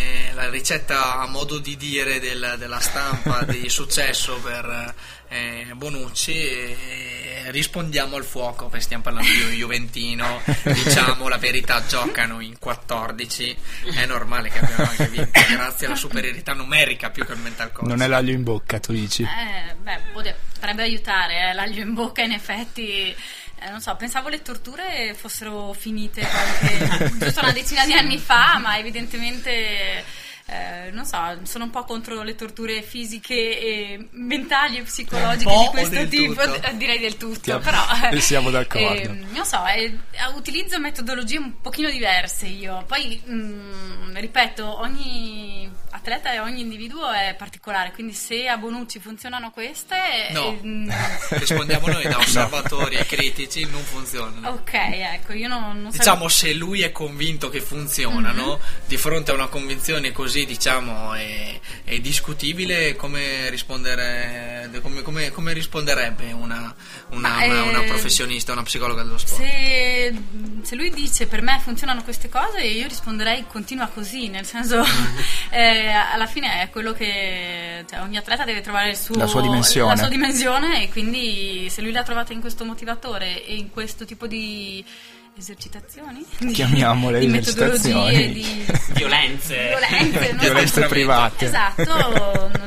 la ricetta a modo di dire del, della stampa di successo per eh, Bonucci, e, e rispondiamo al fuoco, perché stiamo parlando di un juventino, diciamo la verità, giocano in quattordici, è normale che abbiano anche vinto grazie alla superiorità numerica più che al mental coach. Non è l'aglio in bocca, tu dici? Eh, beh, oddio, potrebbe aiutare, eh, l'aglio in bocca in effetti. Eh, non so, pensavo le torture fossero finite qualche, giusto una decina di anni fa, ma evidentemente eh, non so, sono un po' contro le torture fisiche e mentali e psicologiche di questo tipo, eh, direi del tutto, Stiamo, però eh, siamo d'accordo. Eh, non so, eh, utilizzo metodologie un pochino diverse io, poi mh, ripeto, ogni atleta e ogni individuo è particolare, quindi se a Bonucci funzionano queste, no, eh, mh, rispondiamo noi da osservatori e critici, non funzionano. Ok, ecco, io non, non diciamo so... se lui è convinto che funzionano, mm-hmm. di fronte a una convinzione così, diciamo, è, è discutibile, come rispondere, come, come, come risponderebbe una, una, Ma, una, eh, una professionista, una psicologa dello sport? Se, se lui dice per me funzionano queste cose, io risponderei continua così, nel senso eh, alla fine è quello che, cioè, ogni atleta deve trovare il suo, la sua dimensione, la sua dimensione, e quindi se lui l'ha trovata in questo motivatore e in questo tipo di esercitazioni, chiamiamole di esercitazioni, di violenze, violenze, no? violenze private, esatto, non,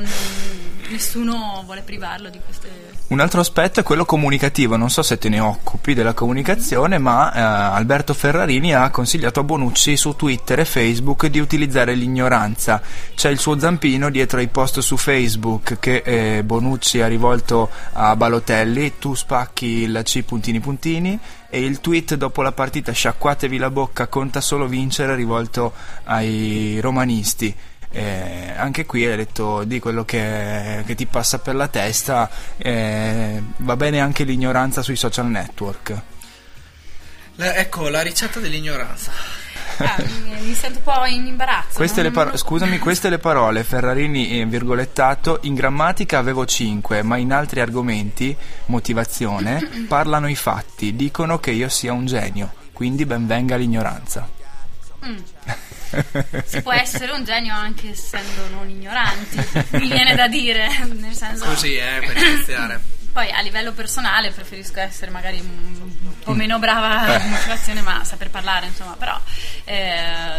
nessuno vuole privarlo di queste. Un altro aspetto è quello comunicativo, non so se te ne occupi della comunicazione, ma eh, Alberto Ferrarini ha consigliato a Bonucci su Twitter e Facebook di utilizzare l'ignoranza. C'è il suo zampino dietro ai post su Facebook che eh, Bonucci ha rivolto a Balotelli: tu spacchi il C puntini puntini, e il tweet dopo la partita: sciacquatevi la bocca, conta solo vincere, rivolto ai romanisti. Eh, anche qui hai detto di quello che, che ti passa per la testa, eh, va bene anche l'ignoranza sui social network. La, ecco la ricetta dell'ignoranza. Ah, mi, mi sento un po' in imbarazzo. Queste le par- non... Scusami, queste le parole, Ferrarini, eh, virgolettato: in grammatica avevo cinque, ma in altri argomenti, motivazione, parlano i fatti, dicono che io sia un genio, quindi ben venga l'ignoranza. Mm. Si può essere un genio anche essendo non ignoranti, mi viene da dire, nel senso, così eh, per iniziare. Poi a livello personale preferisco essere magari un po' meno brava in motivazione, ma saper parlare, insomma, però eh,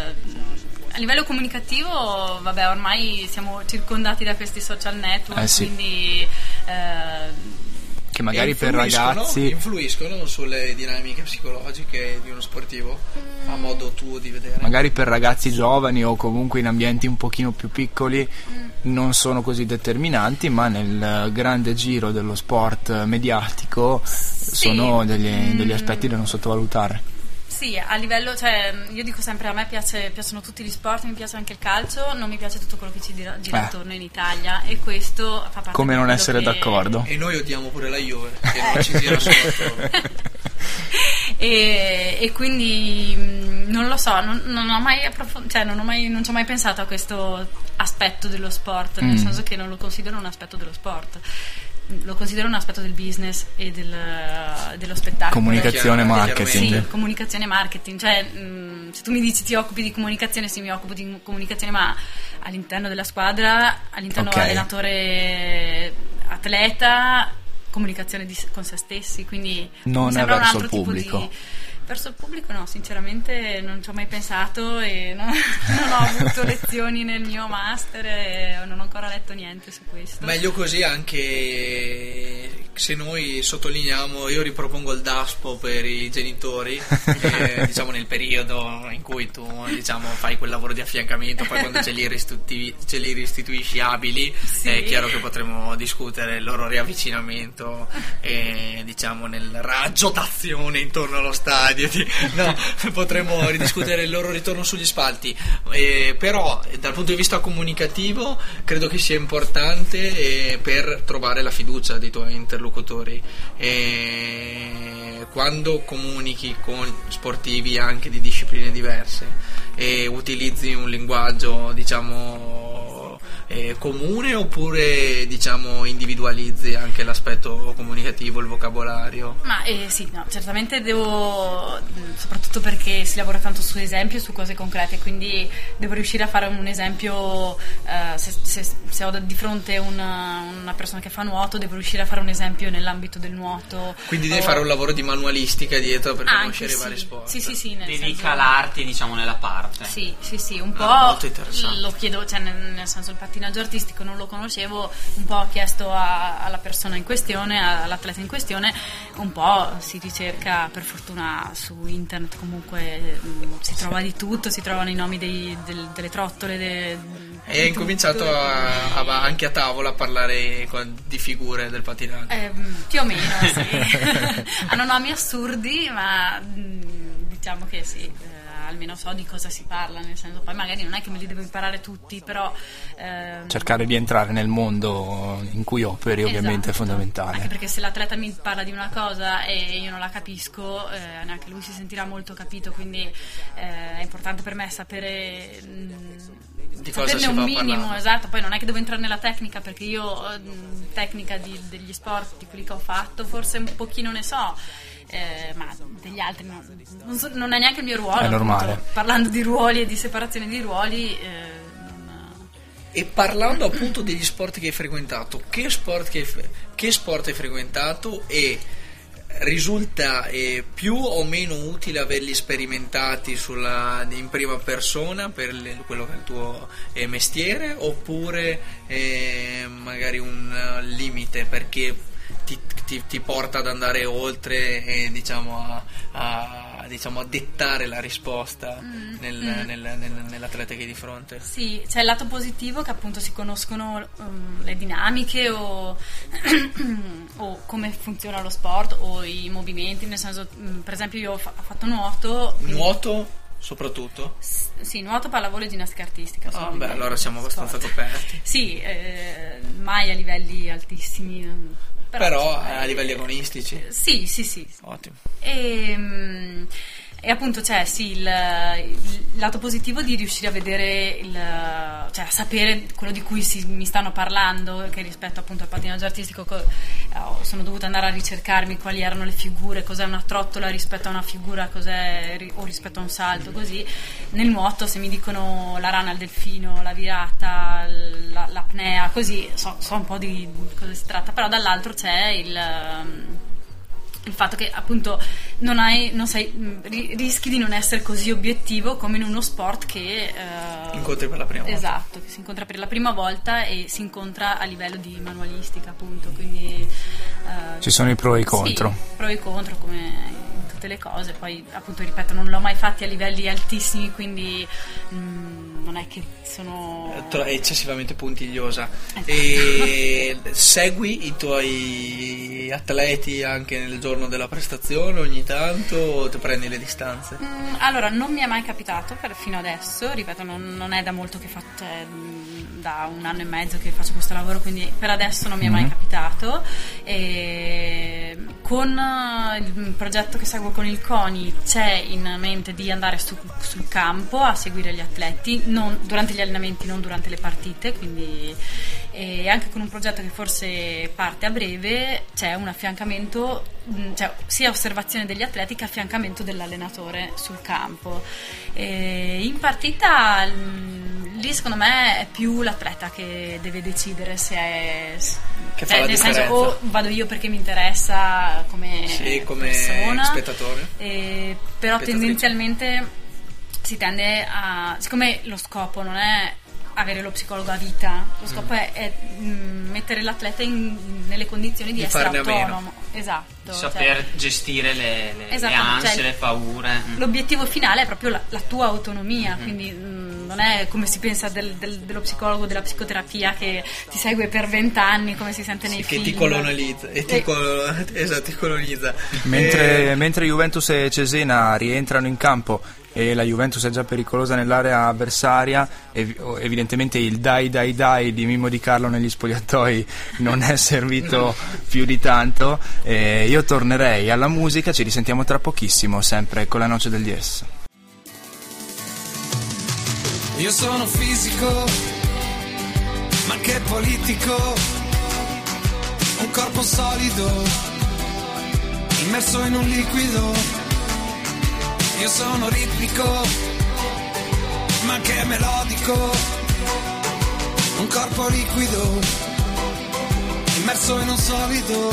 a livello comunicativo, vabbè, ormai siamo circondati da questi social network, eh sì. quindi eh, che magari per ragazzi influiscono sulle dinamiche psicologiche di uno sportivo, a modo tuo di vedere. Magari per ragazzi giovani o comunque in ambienti un pochino più piccoli mm. non sono così determinanti, ma nel grande giro dello sport mediatico sì. sono degli, mm. degli aspetti da non sottovalutare. Sì, a livello, cioè, io dico sempre, a me piace, piacciono tutti gli sport, mi piace anche il calcio, non mi piace tutto quello che ci gira, gira eh. attorno in Italia, e questo fa parte. Come non essere che... d'accordo. E noi odiamo pure la Juve, che non ci gira sotto. e, e quindi non lo so, non, non ho mai approfondito, cioè non ho mai, non ci ho mai pensato a questo aspetto dello sport, nel mm. senso che non lo considero un aspetto dello sport. Lo considero un aspetto del business e del, dello spettacolo. Comunicazione e marketing. Sì, comunicazione e marketing. Cioè, mh, se tu mi dici ti occupi di comunicazione, sì, mi occupo di comunicazione, ma all'interno della squadra, all'interno okay. allenatore atleta, comunicazione di, con se stessi, quindi non mi sembra è verso un altro il pubblico. Tipo di, verso il pubblico no, sinceramente non ci ho mai pensato e non, non ho avuto lezioni nel mio master e non ho ancora letto niente su questo. Meglio così, anche se noi sottolineiamo, io ripropongo il DASPO per i genitori, eh, diciamo nel periodo in cui tu diciamo fai quel lavoro di affiancamento, poi quando ce li, restitui, ce li restituisci abili, sì. È chiaro che potremo discutere il loro riavvicinamento e diciamo nel raggio d'azione intorno allo stadio. No, potremmo ridiscutere il loro ritorno sugli spalti, eh, però dal punto di vista comunicativo credo che sia importante eh, per trovare la fiducia dei tuoi interlocutori, eh, quando comunichi con sportivi anche di discipline diverse e utilizzi un linguaggio diciamo eh, comune, oppure diciamo individualizzi anche l'aspetto comunicativo, il vocabolario? Ma eh, sì, no, certamente devo, soprattutto perché si lavora tanto su esempi e su cose concrete, quindi devo riuscire a fare un esempio, eh, se, se, se ho di fronte una, una persona che fa nuoto, devo riuscire a fare un esempio nell'ambito del nuoto. Quindi devi o... fare un lavoro di manualistica dietro per Anche conoscere sì. i vari sport. Sì, sì, sì. Nel Devi senso... calarti, diciamo, nella parte. Sì, sì, sì, un po' Ah, molto interessante. lo chiedo, cioè nel, nel senso il pattinaggio artistico non lo conoscevo, un po' ho chiesto a, alla persona in questione, all'atleta in questione, un po' si ricerca, per fortuna su internet comunque mh, si trova di tutto, si trovano i nomi dei, del, delle trottole, de, E hai incominciato a, a, anche a tavola a parlare con, di figure del pattinaggio? Eh, più o meno, sì. Hanno nomi assurdi, ma mh, diciamo che sì, eh, almeno so di cosa si parla, nel senso, poi magari non è che me li devo imparare tutti, però ehm, cercare di entrare nel mondo in cui operi, ovviamente, esatto, è fondamentale. Anche perché se l'atleta mi parla di una cosa e io non la capisco, eh, neanche lui si sentirà molto capito, quindi eh, è importante per me sapere mh, di cosa saperne si un va minimo, parlando. esatto. Poi non è che devo entrare nella tecnica, perché io mh, tecnica di, degli sport, di quelli che ho fatto, forse un pochino ne so. Eh, ma degli altri non, non, so, non è neanche il mio ruolo. È normale. Appunto, parlando di ruoli e di separazione di ruoli, eh, non... E parlando appunto degli sport che hai frequentato, che sport, che hai, che sport hai frequentato, e risulta eh, più o meno utile averli sperimentati sulla, in prima persona per le, quello che è il tuo eh, mestiere, oppure eh, magari un uh, limite perché Ti, ti, ti porta ad andare oltre e diciamo a, a, diciamo a dettare la risposta mm, nel, mm. Nel, nel, nell'atleta che hai di fronte? Sì, c'è il lato positivo che appunto si conoscono um, le dinamiche o, o come funziona lo sport o i movimenti, nel senso, um, per esempio io ho, fa- ho fatto nuoto. Quindi... Nuoto? Soprattutto? S- sì, nuoto, pallavolo e ginnastica artistica. Ah, beh, allora siamo abbastanza sport. coperti. Sì, eh, mai a livelli altissimi. Però, Però a livelli agonistici? Sì, sì, sì. Ottimo. E, e appunto c'è sì, il, il lato positivo di riuscire a vedere, il, cioè a sapere quello di cui si, mi stanno parlando, che rispetto appunto al pattinaggio artistico co, oh, sono dovuta andare a ricercarmi quali erano le figure, cos'è una trottola rispetto a una figura, cos'è o rispetto a un salto, così. Nel nuoto se mi dicono la rana al delfino, la virata, la, l'apnea, così so, so un po' di cosa si tratta, però dall'altro c'è il... il fatto che appunto non hai non sei rischi di non essere così obiettivo come in uno sport che eh, incontri per la prima volta. Esatto, che si incontra per la prima volta e si incontra a livello di manualistica, appunto, quindi eh, ci sono i pro e i contro. Sì, pro e contro come in tutte le cose. Poi appunto ripeto, non l'ho mai fatti a livelli altissimi, quindi mh, non è che sono è eccessivamente puntigliosa. Esatto. E segui i tuoi atleti anche nel giorno della prestazione ogni tanto, o ti prendi le distanze? Mm, allora, non mi è mai capitato per, fino adesso, ripeto, non, non è da molto che faccio, cioè, da un anno e mezzo che faccio questo lavoro, quindi per adesso non mi è mai Mm-hmm. capitato. E con il progetto che seguo con il CONI c'è in mente di andare su, sul campo a seguire gli atleti, non, durante gli allenamenti, non durante le partite, quindi e anche con un progetto che forse parte a breve c'è un affiancamento, cioè sia osservazione degli atleti che affiancamento dell'allenatore sul campo. E in partita lì secondo me è più l'atleta che deve decidere se è che cioè, fa la nel differenza. senso, o vado io perché mi interessa come, sì, come persona, spettatore, e, però tendenzialmente si tende a, siccome lo scopo non è avere lo psicologo a vita, lo scopo mm. è, è mh, mettere l'atleta in, nelle condizioni di, di essere autonomo, esatto, saper cioè, gestire le, le, esatto, le ansie, cioè, le paure. L'obiettivo finale è proprio la, la tua autonomia, mm-hmm. quindi mh, non è come si pensa del, del, dello psicologo, della psicoterapia che ti segue per vent'anni, come si sente nei sì, film, che ti colonizza e ti, eh. col- esatto, ti colonizza. Mentre, eh. mentre Juventus e Cesena rientrano in campo e la Juventus è già pericolosa nell'area avversaria, ev- evidentemente il dai dai dai di Mimmo Di Carlo negli spogliatoi non è servito più di tanto. Eh, io tornerei alla musica, ci risentiamo tra pochissimo sempre con la Noce del Diez. Io sono fisico, ma che politico, un corpo solido, immerso in un liquido, io sono ritmico, ma che melodico, un corpo liquido, immerso in un solido.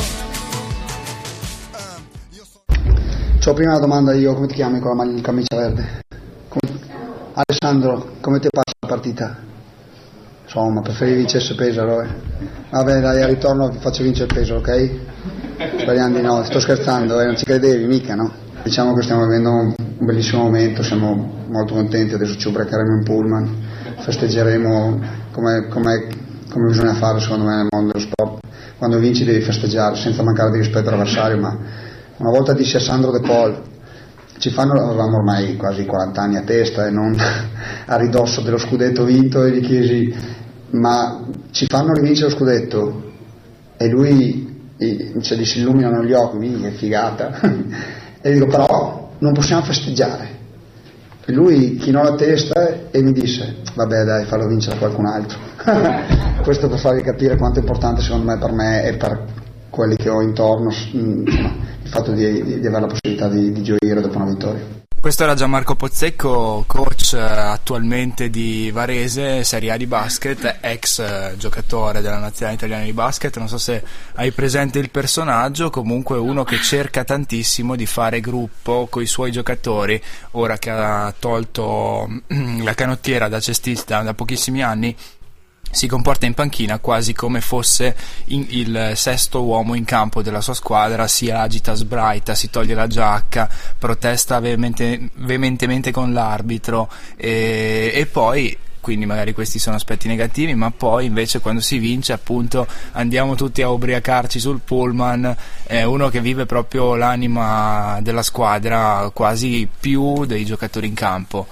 C'ho prima una domanda io, come ti chiami con la maglia- camicia verde? Come- Alessandro, come ti passa la partita? Insomma, preferivi vincesse Pesaro, eh? Vabbè, dai, al ritorno ti faccio vincere Pesaro, ok? Speriamo di no, sto scherzando, eh? Non ci credevi mica, no? Diciamo che stiamo vivendo un un bellissimo momento, siamo molto contenti, adesso ci ubriacheremo in pullman, festeggeremo come, come, come bisogna fare secondo me nel mondo dello sport. Quando vinci devi festeggiare senza mancare di rispetto all'avversario, ma una volta disse a Sandro De Paul, ci fanno, avevamo ormai quasi quaranta anni a testa e non a ridosso dello scudetto vinto, e gli chiesi ma ci fanno rivincere lo scudetto? E lui cioè, gli si illuminano gli occhi, che figata. E dico però non possiamo festeggiare. E lui chinò la testa e mi disse vabbè dai, fallo vincere a qualcun altro. Questo per farvi capire quanto è importante secondo me per me e per quelli che ho intorno, insomma, il fatto di, di, di avere la possibilità di, di gioire dopo una vittoria. Questo era Gianmarco Pozzecco, coach eh, attualmente di Varese, Serie A di basket, ex eh, giocatore della nazionale italiana di basket. Non so se hai presente il personaggio, comunque uno che cerca tantissimo di fare gruppo con i suoi giocatori. Ora che ha tolto la canottiera da cestista da pochissimi anni, si comporta in panchina quasi come fosse in, il sesto uomo in campo della sua squadra, si agita, sbraita, si toglie la giacca, protesta veemente, veementemente con l'arbitro e, e poi, quindi magari questi sono aspetti negativi, ma poi invece quando si vince appunto andiamo tutti a ubriacarci sul pullman. È uno che vive proprio l'anima della squadra quasi più dei giocatori in campo.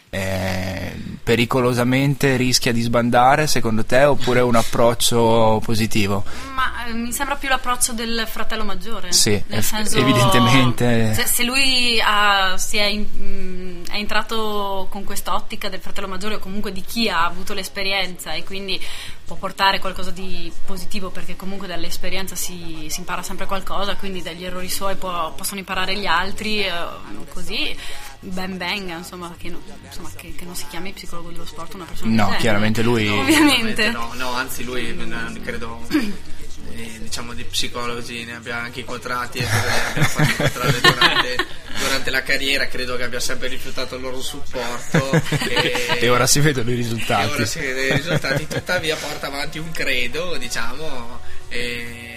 Eh, pericolosamente rischia di sbandare secondo te, oppure è un approccio positivo? Ma eh, mi sembra più l'approccio del fratello maggiore. Sì, nel eff- senso, evidentemente se, se lui ha, si è, in, mh, è entrato con quest'ottica del fratello maggiore, o comunque di chi ha avuto l'esperienza, e quindi può portare qualcosa di positivo, perché comunque dall'esperienza si, si impara sempre qualcosa, quindi dagli errori suoi può, possono imparare gli altri, eh, così ben venga, insomma, che, no, insomma che, che non si chiami psicologo dello sport una persona no, del chiaramente lui no, ovviamente no, no, anzi lui credo eh, diciamo di psicologi ne abbia anche incontrati e abbiamo fatto incontrare durante, durante la carriera, credo che abbia sempre rifiutato il loro supporto e, e ora si vedono i risultati, e ora si vedono i risultati tuttavia porta avanti un credo, diciamo, eh,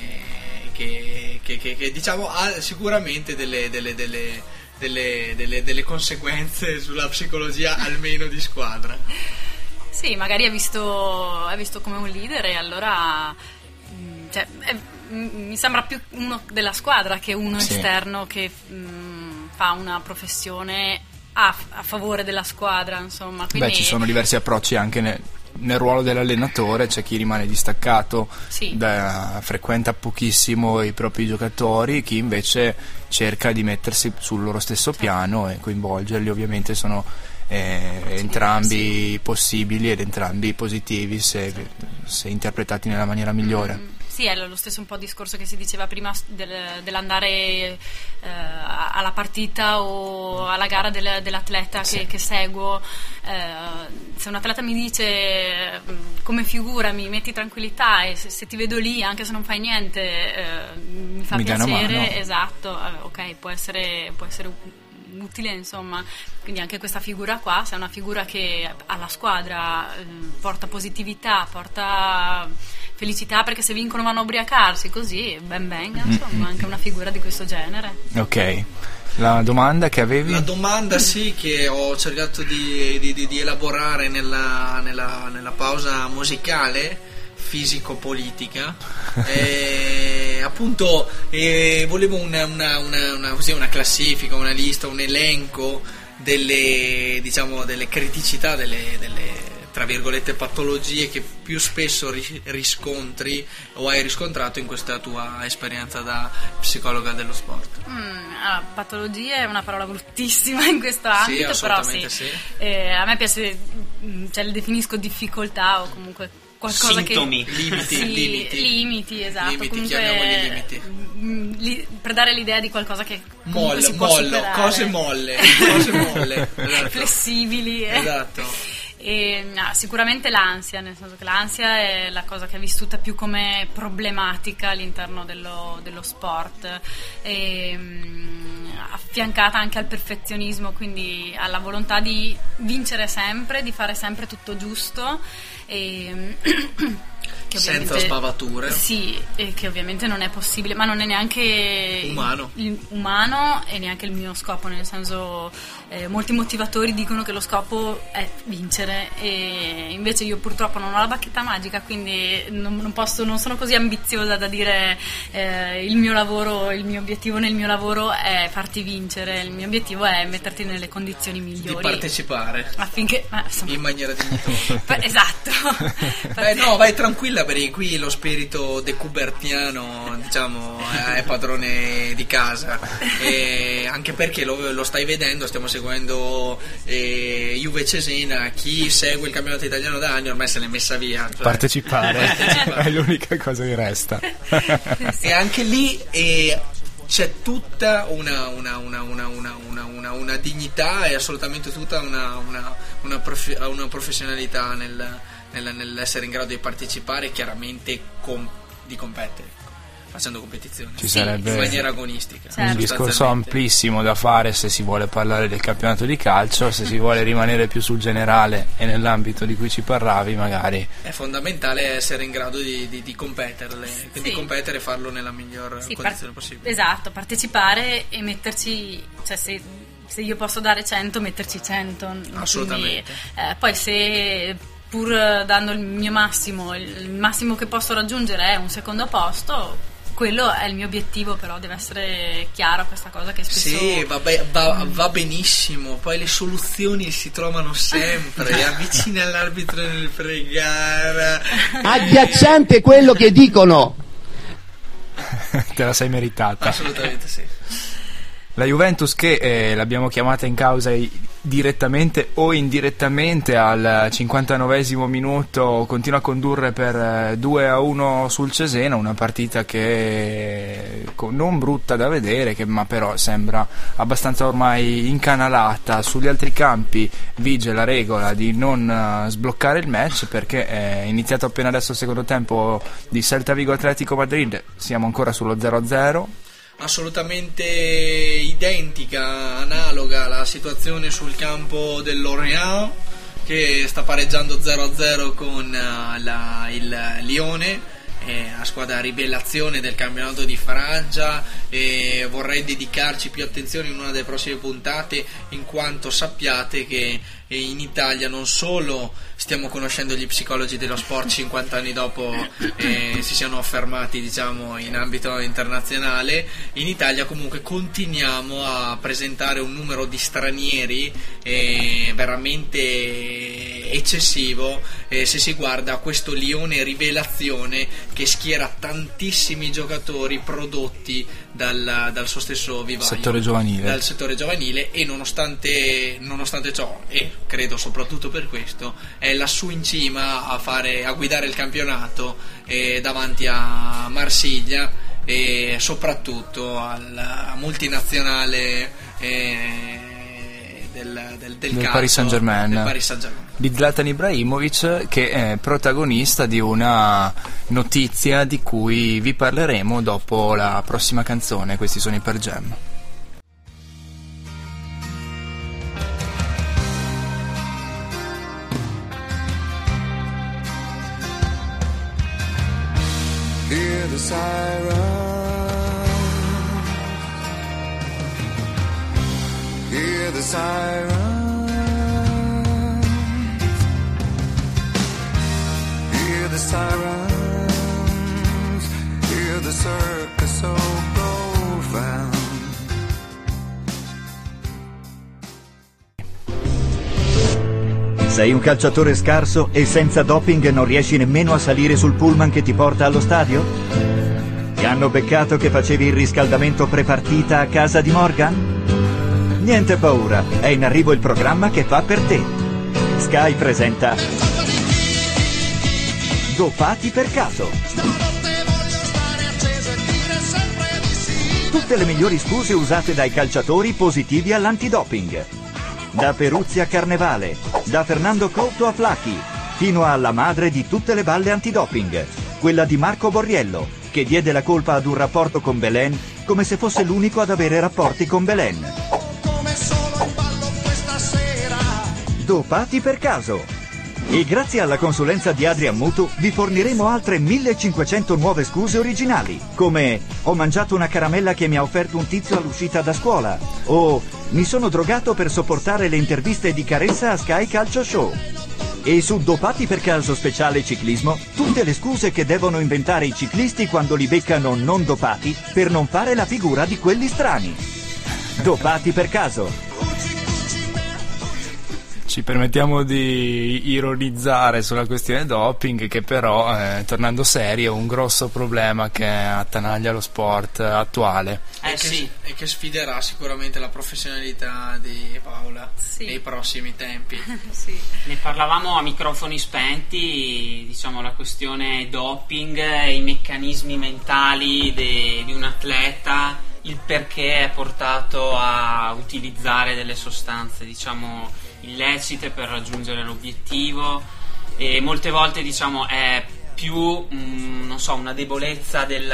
che, che, che, che diciamo ha sicuramente delle, delle, delle Delle, delle, delle conseguenze sulla psicologia almeno di squadra. Sì, magari è visto, è visto come un leader, e allora cioè, è, mi sembra più uno della squadra che uno sì. esterno che mh, fa una professione a, a favore della squadra, insomma. Quindi... Beh, ci sono diversi approcci anche nel, nel ruolo dell'allenatore. C'è chi rimane distaccato, sì. da, frequenta pochissimo i propri giocatori, chi invece cerca di mettersi sul loro stesso piano e coinvolgerli. Ovviamente sono eh, entrambi sì. possibili ed entrambi positivi se, se interpretati nella maniera migliore. Mm. Sì, è lo stesso un po' discorso che si diceva prima del, dell'andare eh, alla partita o alla gara del, dell'atleta sì. che, che seguo. Eh, se un atleta mi dice come figura mi metti tranquillità, e se, se ti vedo lì anche se non fai niente eh, mi fa mi piacere, esatto, eh, ok, può essere, può essere utile, insomma. Quindi anche questa figura qua, se è una figura che alla squadra eh, porta positività, porta felicità, perché se vincono vanno a ubriacarsi, così ben venga, insomma, mm-hmm. anche una figura di questo genere. Ok, la domanda che avevi? La domanda sì, che ho cercato di, di, di, di elaborare nella, nella, nella pausa musicale fisico-politica, eh, appunto eh, volevo una, una, una, una, così, una classifica, una lista, un elenco delle, diciamo, delle criticità, delle, delle tra virgolette patologie che più spesso ri- riscontri o hai riscontrato in questa tua esperienza da psicologa dello sport? Mm, allora, patologie è una parola bruttissima in questo ambito, sì, però sì, sì. Eh, a me piace, cioè le definisco difficoltà o comunque qualcosa sintomi. che limiti, sì, limiti limiti, esatto, limiti, comunque chiamiamoli limiti. mh, li, per dare l'idea di qualcosa che comunque mollo, si può mollo, superare. cose molle, cose molle, esatto. Flessibili, eh. Esatto. E, no, sicuramente l'ansia, nel senso che l'ansia è la cosa che è vissuta più come problematica all'interno dello, dello sport, e, mh, affiancata anche al perfezionismo, quindi alla volontà di vincere sempre, di fare sempre tutto giusto, e che senza sbavature. Sì, e che ovviamente non è possibile, ma non è neanche umano, il, umano e neanche il mio scopo, nel senso eh, molti motivatori dicono che lo scopo è vincere e invece io purtroppo non ho la bacchetta magica, quindi non, non posso, non sono così ambiziosa da dire eh, il mio lavoro, il mio obiettivo nel mio lavoro è farti vincere, il mio obiettivo è metterti nelle condizioni migliori di partecipare affinché ma, insomma, in maniera dignitosa. Esatto. Eh, no, vai tranquilla, perché qui lo spirito decubertiano, diciamo, è padrone di casa, e anche perché lo, lo stai vedendo, stiamo seguendo eh, Juve Cesena, chi segue il campionato italiano da anni ormai se l'è messa via, cioè, partecipare, partecipare è l'unica cosa che resta. E anche lì eh, c'è tutta una, una, una, una, una, una, una, una dignità e assolutamente tutta una, una, una, prof, una professionalità nel nell'essere in grado di partecipare, chiaramente com- di competere, facendo competizione. Ci sarebbe in maniera agonistica. Certo. Un discorso amplissimo da fare se si vuole parlare del campionato di calcio, se si vuole rimanere più sul generale e nell'ambito di cui ci parlavi magari. È fondamentale essere in grado di, di, di competerle, quindi sì. competere e farlo nella miglior sì, condizione par- possibile. Esatto, partecipare e metterci, cioè se, se io posso dare cento, metterci cento. Assolutamente. Quindi, eh, poi se pur dando il mio massimo, il massimo che posso raggiungere è un secondo posto, quello è il mio obiettivo, però deve essere chiaro questa cosa che spesso sì, va, be- va, va benissimo, poi le soluzioni si trovano sempre, avvicini all'arbitro nel pre-gara. Agghiacciante quello che dicono. Te la sei meritata. Assolutamente sì. La Juventus che eh, l'abbiamo chiamata in causa direttamente o indirettamente al cinquantanovesimo minuto continua a condurre per eh, due a uno sul Cesena, una partita che eh, non brutta da vedere, che ma però sembra abbastanza ormai incanalata. Sugli altri campi vige la regola di non uh, sbloccare il match, perché è iniziato appena adesso il secondo tempo di Celta Vigo Atletico Madrid, siamo ancora sullo zero a zero. Assolutamente identica, analoga la situazione sul campo dell'Orient, che sta pareggiando zero a zero con uh, la, il Lione, eh, la squadra rivelazione del campionato di Francia, e vorrei dedicarci più attenzione in una delle prossime puntate, in quanto sappiate che eh, in Italia non solo stiamo conoscendo gli psicologi dello sport cinquanta anni dopo eh, si siano affermati, diciamo, in ambito internazionale, in Italia comunque continuiamo a presentare un numero di stranieri eh, veramente eccessivo eh, se si guarda questo Lione rivelazione che schiera tantissimi giocatori prodotti dal, dal suo stesso vivaio, settore giovanile. dal settore giovanile, e nonostante, nonostante ciò, e credo soprattutto per questo, è lassù in cima a, fare, a guidare il campionato eh, davanti a Marsiglia e soprattutto alla multinazionale eh, del, del, del, del calcio, Paris Saint-Germain, del Paris Saint-Germain. Di Zlatan Ibrahimovic, che è protagonista di una notizia di cui vi parleremo dopo la prossima canzone. Questi sono i Pearl Jam. Hear the siren, hear the siren, hear the sirens, hear the circus so profound. Sei un calciatore scarso e senza doping non riesci nemmeno a salire sul pullman che ti porta allo stadio? Ti hanno beccato che facevi il riscaldamento prepartita a casa di Morgan? Niente paura, è in arrivo il programma che fa per te. Sky presenta Dopati per caso. Tutte le migliori scuse usate dai calciatori positivi all'antidoping. Da Peruzzi a Carnevale, da Fernando Couto a Flacchi, fino alla madre di tutte le balle antidoping, quella di Marco Borriello, che diede la colpa ad un rapporto con Belen come se fosse l'unico ad avere rapporti con Belen. Dopati per caso. E grazie alla consulenza di Adrian Mutu vi forniremo altre millecinquecento nuove scuse originali, come ho mangiato una caramella che mi ha offerto un tizio all'uscita da scuola, o mi sono drogato per sopportare le interviste di Caressa a Sky Calcio Show. E su Dopati per caso speciale ciclismo, tutte le scuse che devono inventare i ciclisti quando li beccano non dopati per non fare la figura di quelli strani. Dopati per caso. Ci permettiamo di ironizzare sulla questione doping, che però, eh, tornando serio, è un grosso problema che attanaglia lo sport attuale. Eh, e, sì. che, e che sfiderà sicuramente la professionalità di Paola sì. nei prossimi tempi. Sì. Ne parlavamo a microfoni spenti, diciamo la questione doping, i meccanismi mentali de, di un atleta, il perché è portato a utilizzare delle sostanze, diciamo, illecite per raggiungere l'obiettivo, e molte volte, diciamo, è più mh, non so, una debolezza del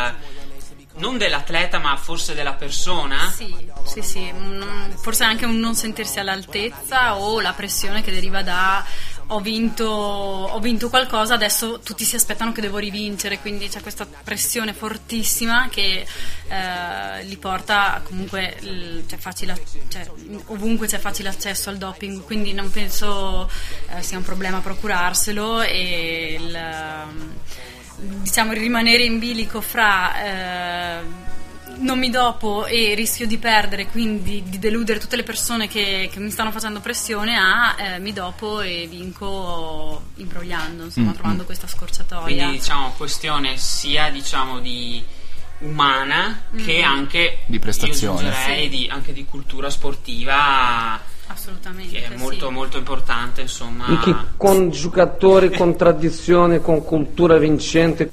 non dell'atleta ma forse della persona. Sì, sì, sì, forse anche un non sentirsi all'altezza, o la pressione che deriva da ho vinto, ho vinto qualcosa, adesso tutti si aspettano che devo rivincere, quindi c'è questa pressione fortissima che eh, li porta comunque, c'è facile, cioè, ovunque c'è facile accesso al doping, quindi non penso eh, sia un problema procurarselo, e il, diciamo il rimanere in bilico fra eh, non mi dopo e rischio di perdere, quindi di deludere tutte le persone che, che mi stanno facendo pressione, a eh, mi dopo e vinco imbrogliando, insomma, mm-hmm. trovando questa scorciatoia. Quindi, diciamo, questione sia, diciamo, di umana mm-hmm. che anche di prestazione, io aggiungerei, sì. di, anche di cultura sportiva. Assolutamente, che è molto sì. molto importante, insomma. E che con giocatori con tradizione, con cultura vincente.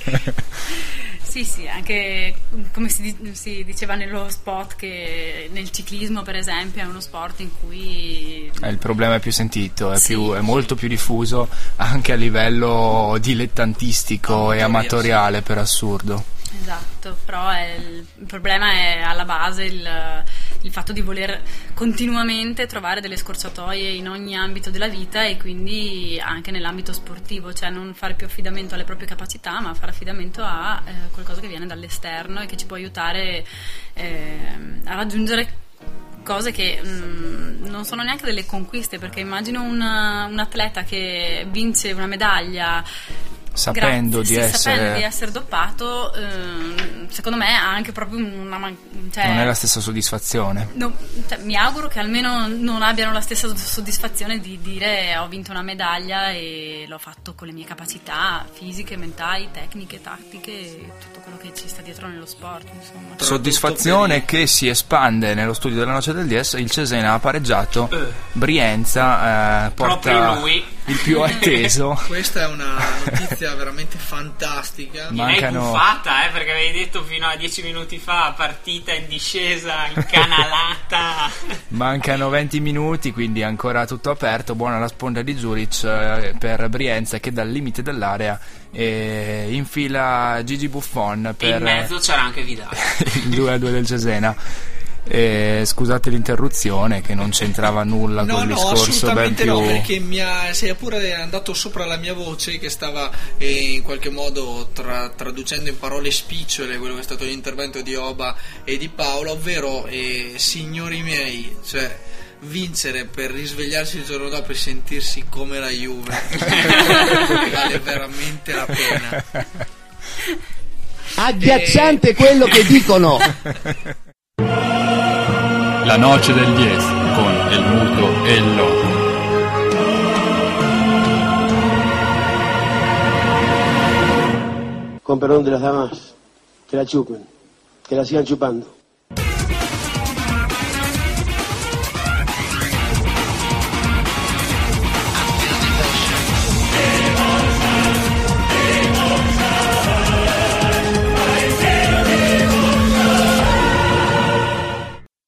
Sì, sì, anche come si, si diceva nello spot, che nel ciclismo, per esempio, è uno sport in cui eh, il problema è più sentito, è, sì, più, è molto più diffuso anche a livello dilettantistico e amatoriale, per assurdo. Esatto, però è il, il problema è alla base il, il fatto di voler continuamente trovare delle scorciatoie in ogni ambito della vita, e quindi anche nell'ambito sportivo, cioè non fare più affidamento alle proprie capacità, ma fare affidamento a eh, qualcosa che viene dall'esterno e che ci può aiutare eh, a raggiungere cose che mh, non sono neanche delle conquiste, perché immagino una, un atleta che vince una medaglia sapendo, Grazie, di, sì, essere... sapendo di essere doppato, ehm, secondo me ha anche proprio una man- cioè, non è la stessa soddisfazione. No, cioè, mi auguro che almeno non abbiano la stessa soddisfazione di dire ho vinto una medaglia e l'ho fatto con le mie capacità fisiche, mentali, tecniche, tattiche e tutto quello che ci sta dietro nello sport, insomma. Soddisfazione che si espande nello studio della Noce del D S. Il Cesena ha pareggiato, Brienza eh, porta lui. il più atteso. Questa è una notizia veramente fantastica. Mancano... Direi buffata, eh, perché avevi detto fino a dieci minuti fa partita in discesa, incanalata. Mancano venti minuti, quindi ancora tutto aperto. Buona la sponda di Zuric eh, per Brienza, che dal limite dell'area eh, infila Gigi Buffon per e in mezzo c'era anche Vidal. il due a due del Cesena. Eh, scusate l'interruzione, che non c'entrava nulla no, col no, discorso ben più... no, perché mi ha, sei pure andato sopra la mia voce, che stava eh, in qualche modo tra, traducendo in parole spicciole quello che è stato l'intervento di Oba e di Paolo, ovvero eh, signori miei, cioè vincere per risvegliarsi il giorno dopo e sentirsi come la Juve vale veramente la pena. Agghiacciante e... quello che dicono. La Noce del diez con El Muto e il Loco. perdón de las damas, que la chupen, que la sigan chupando.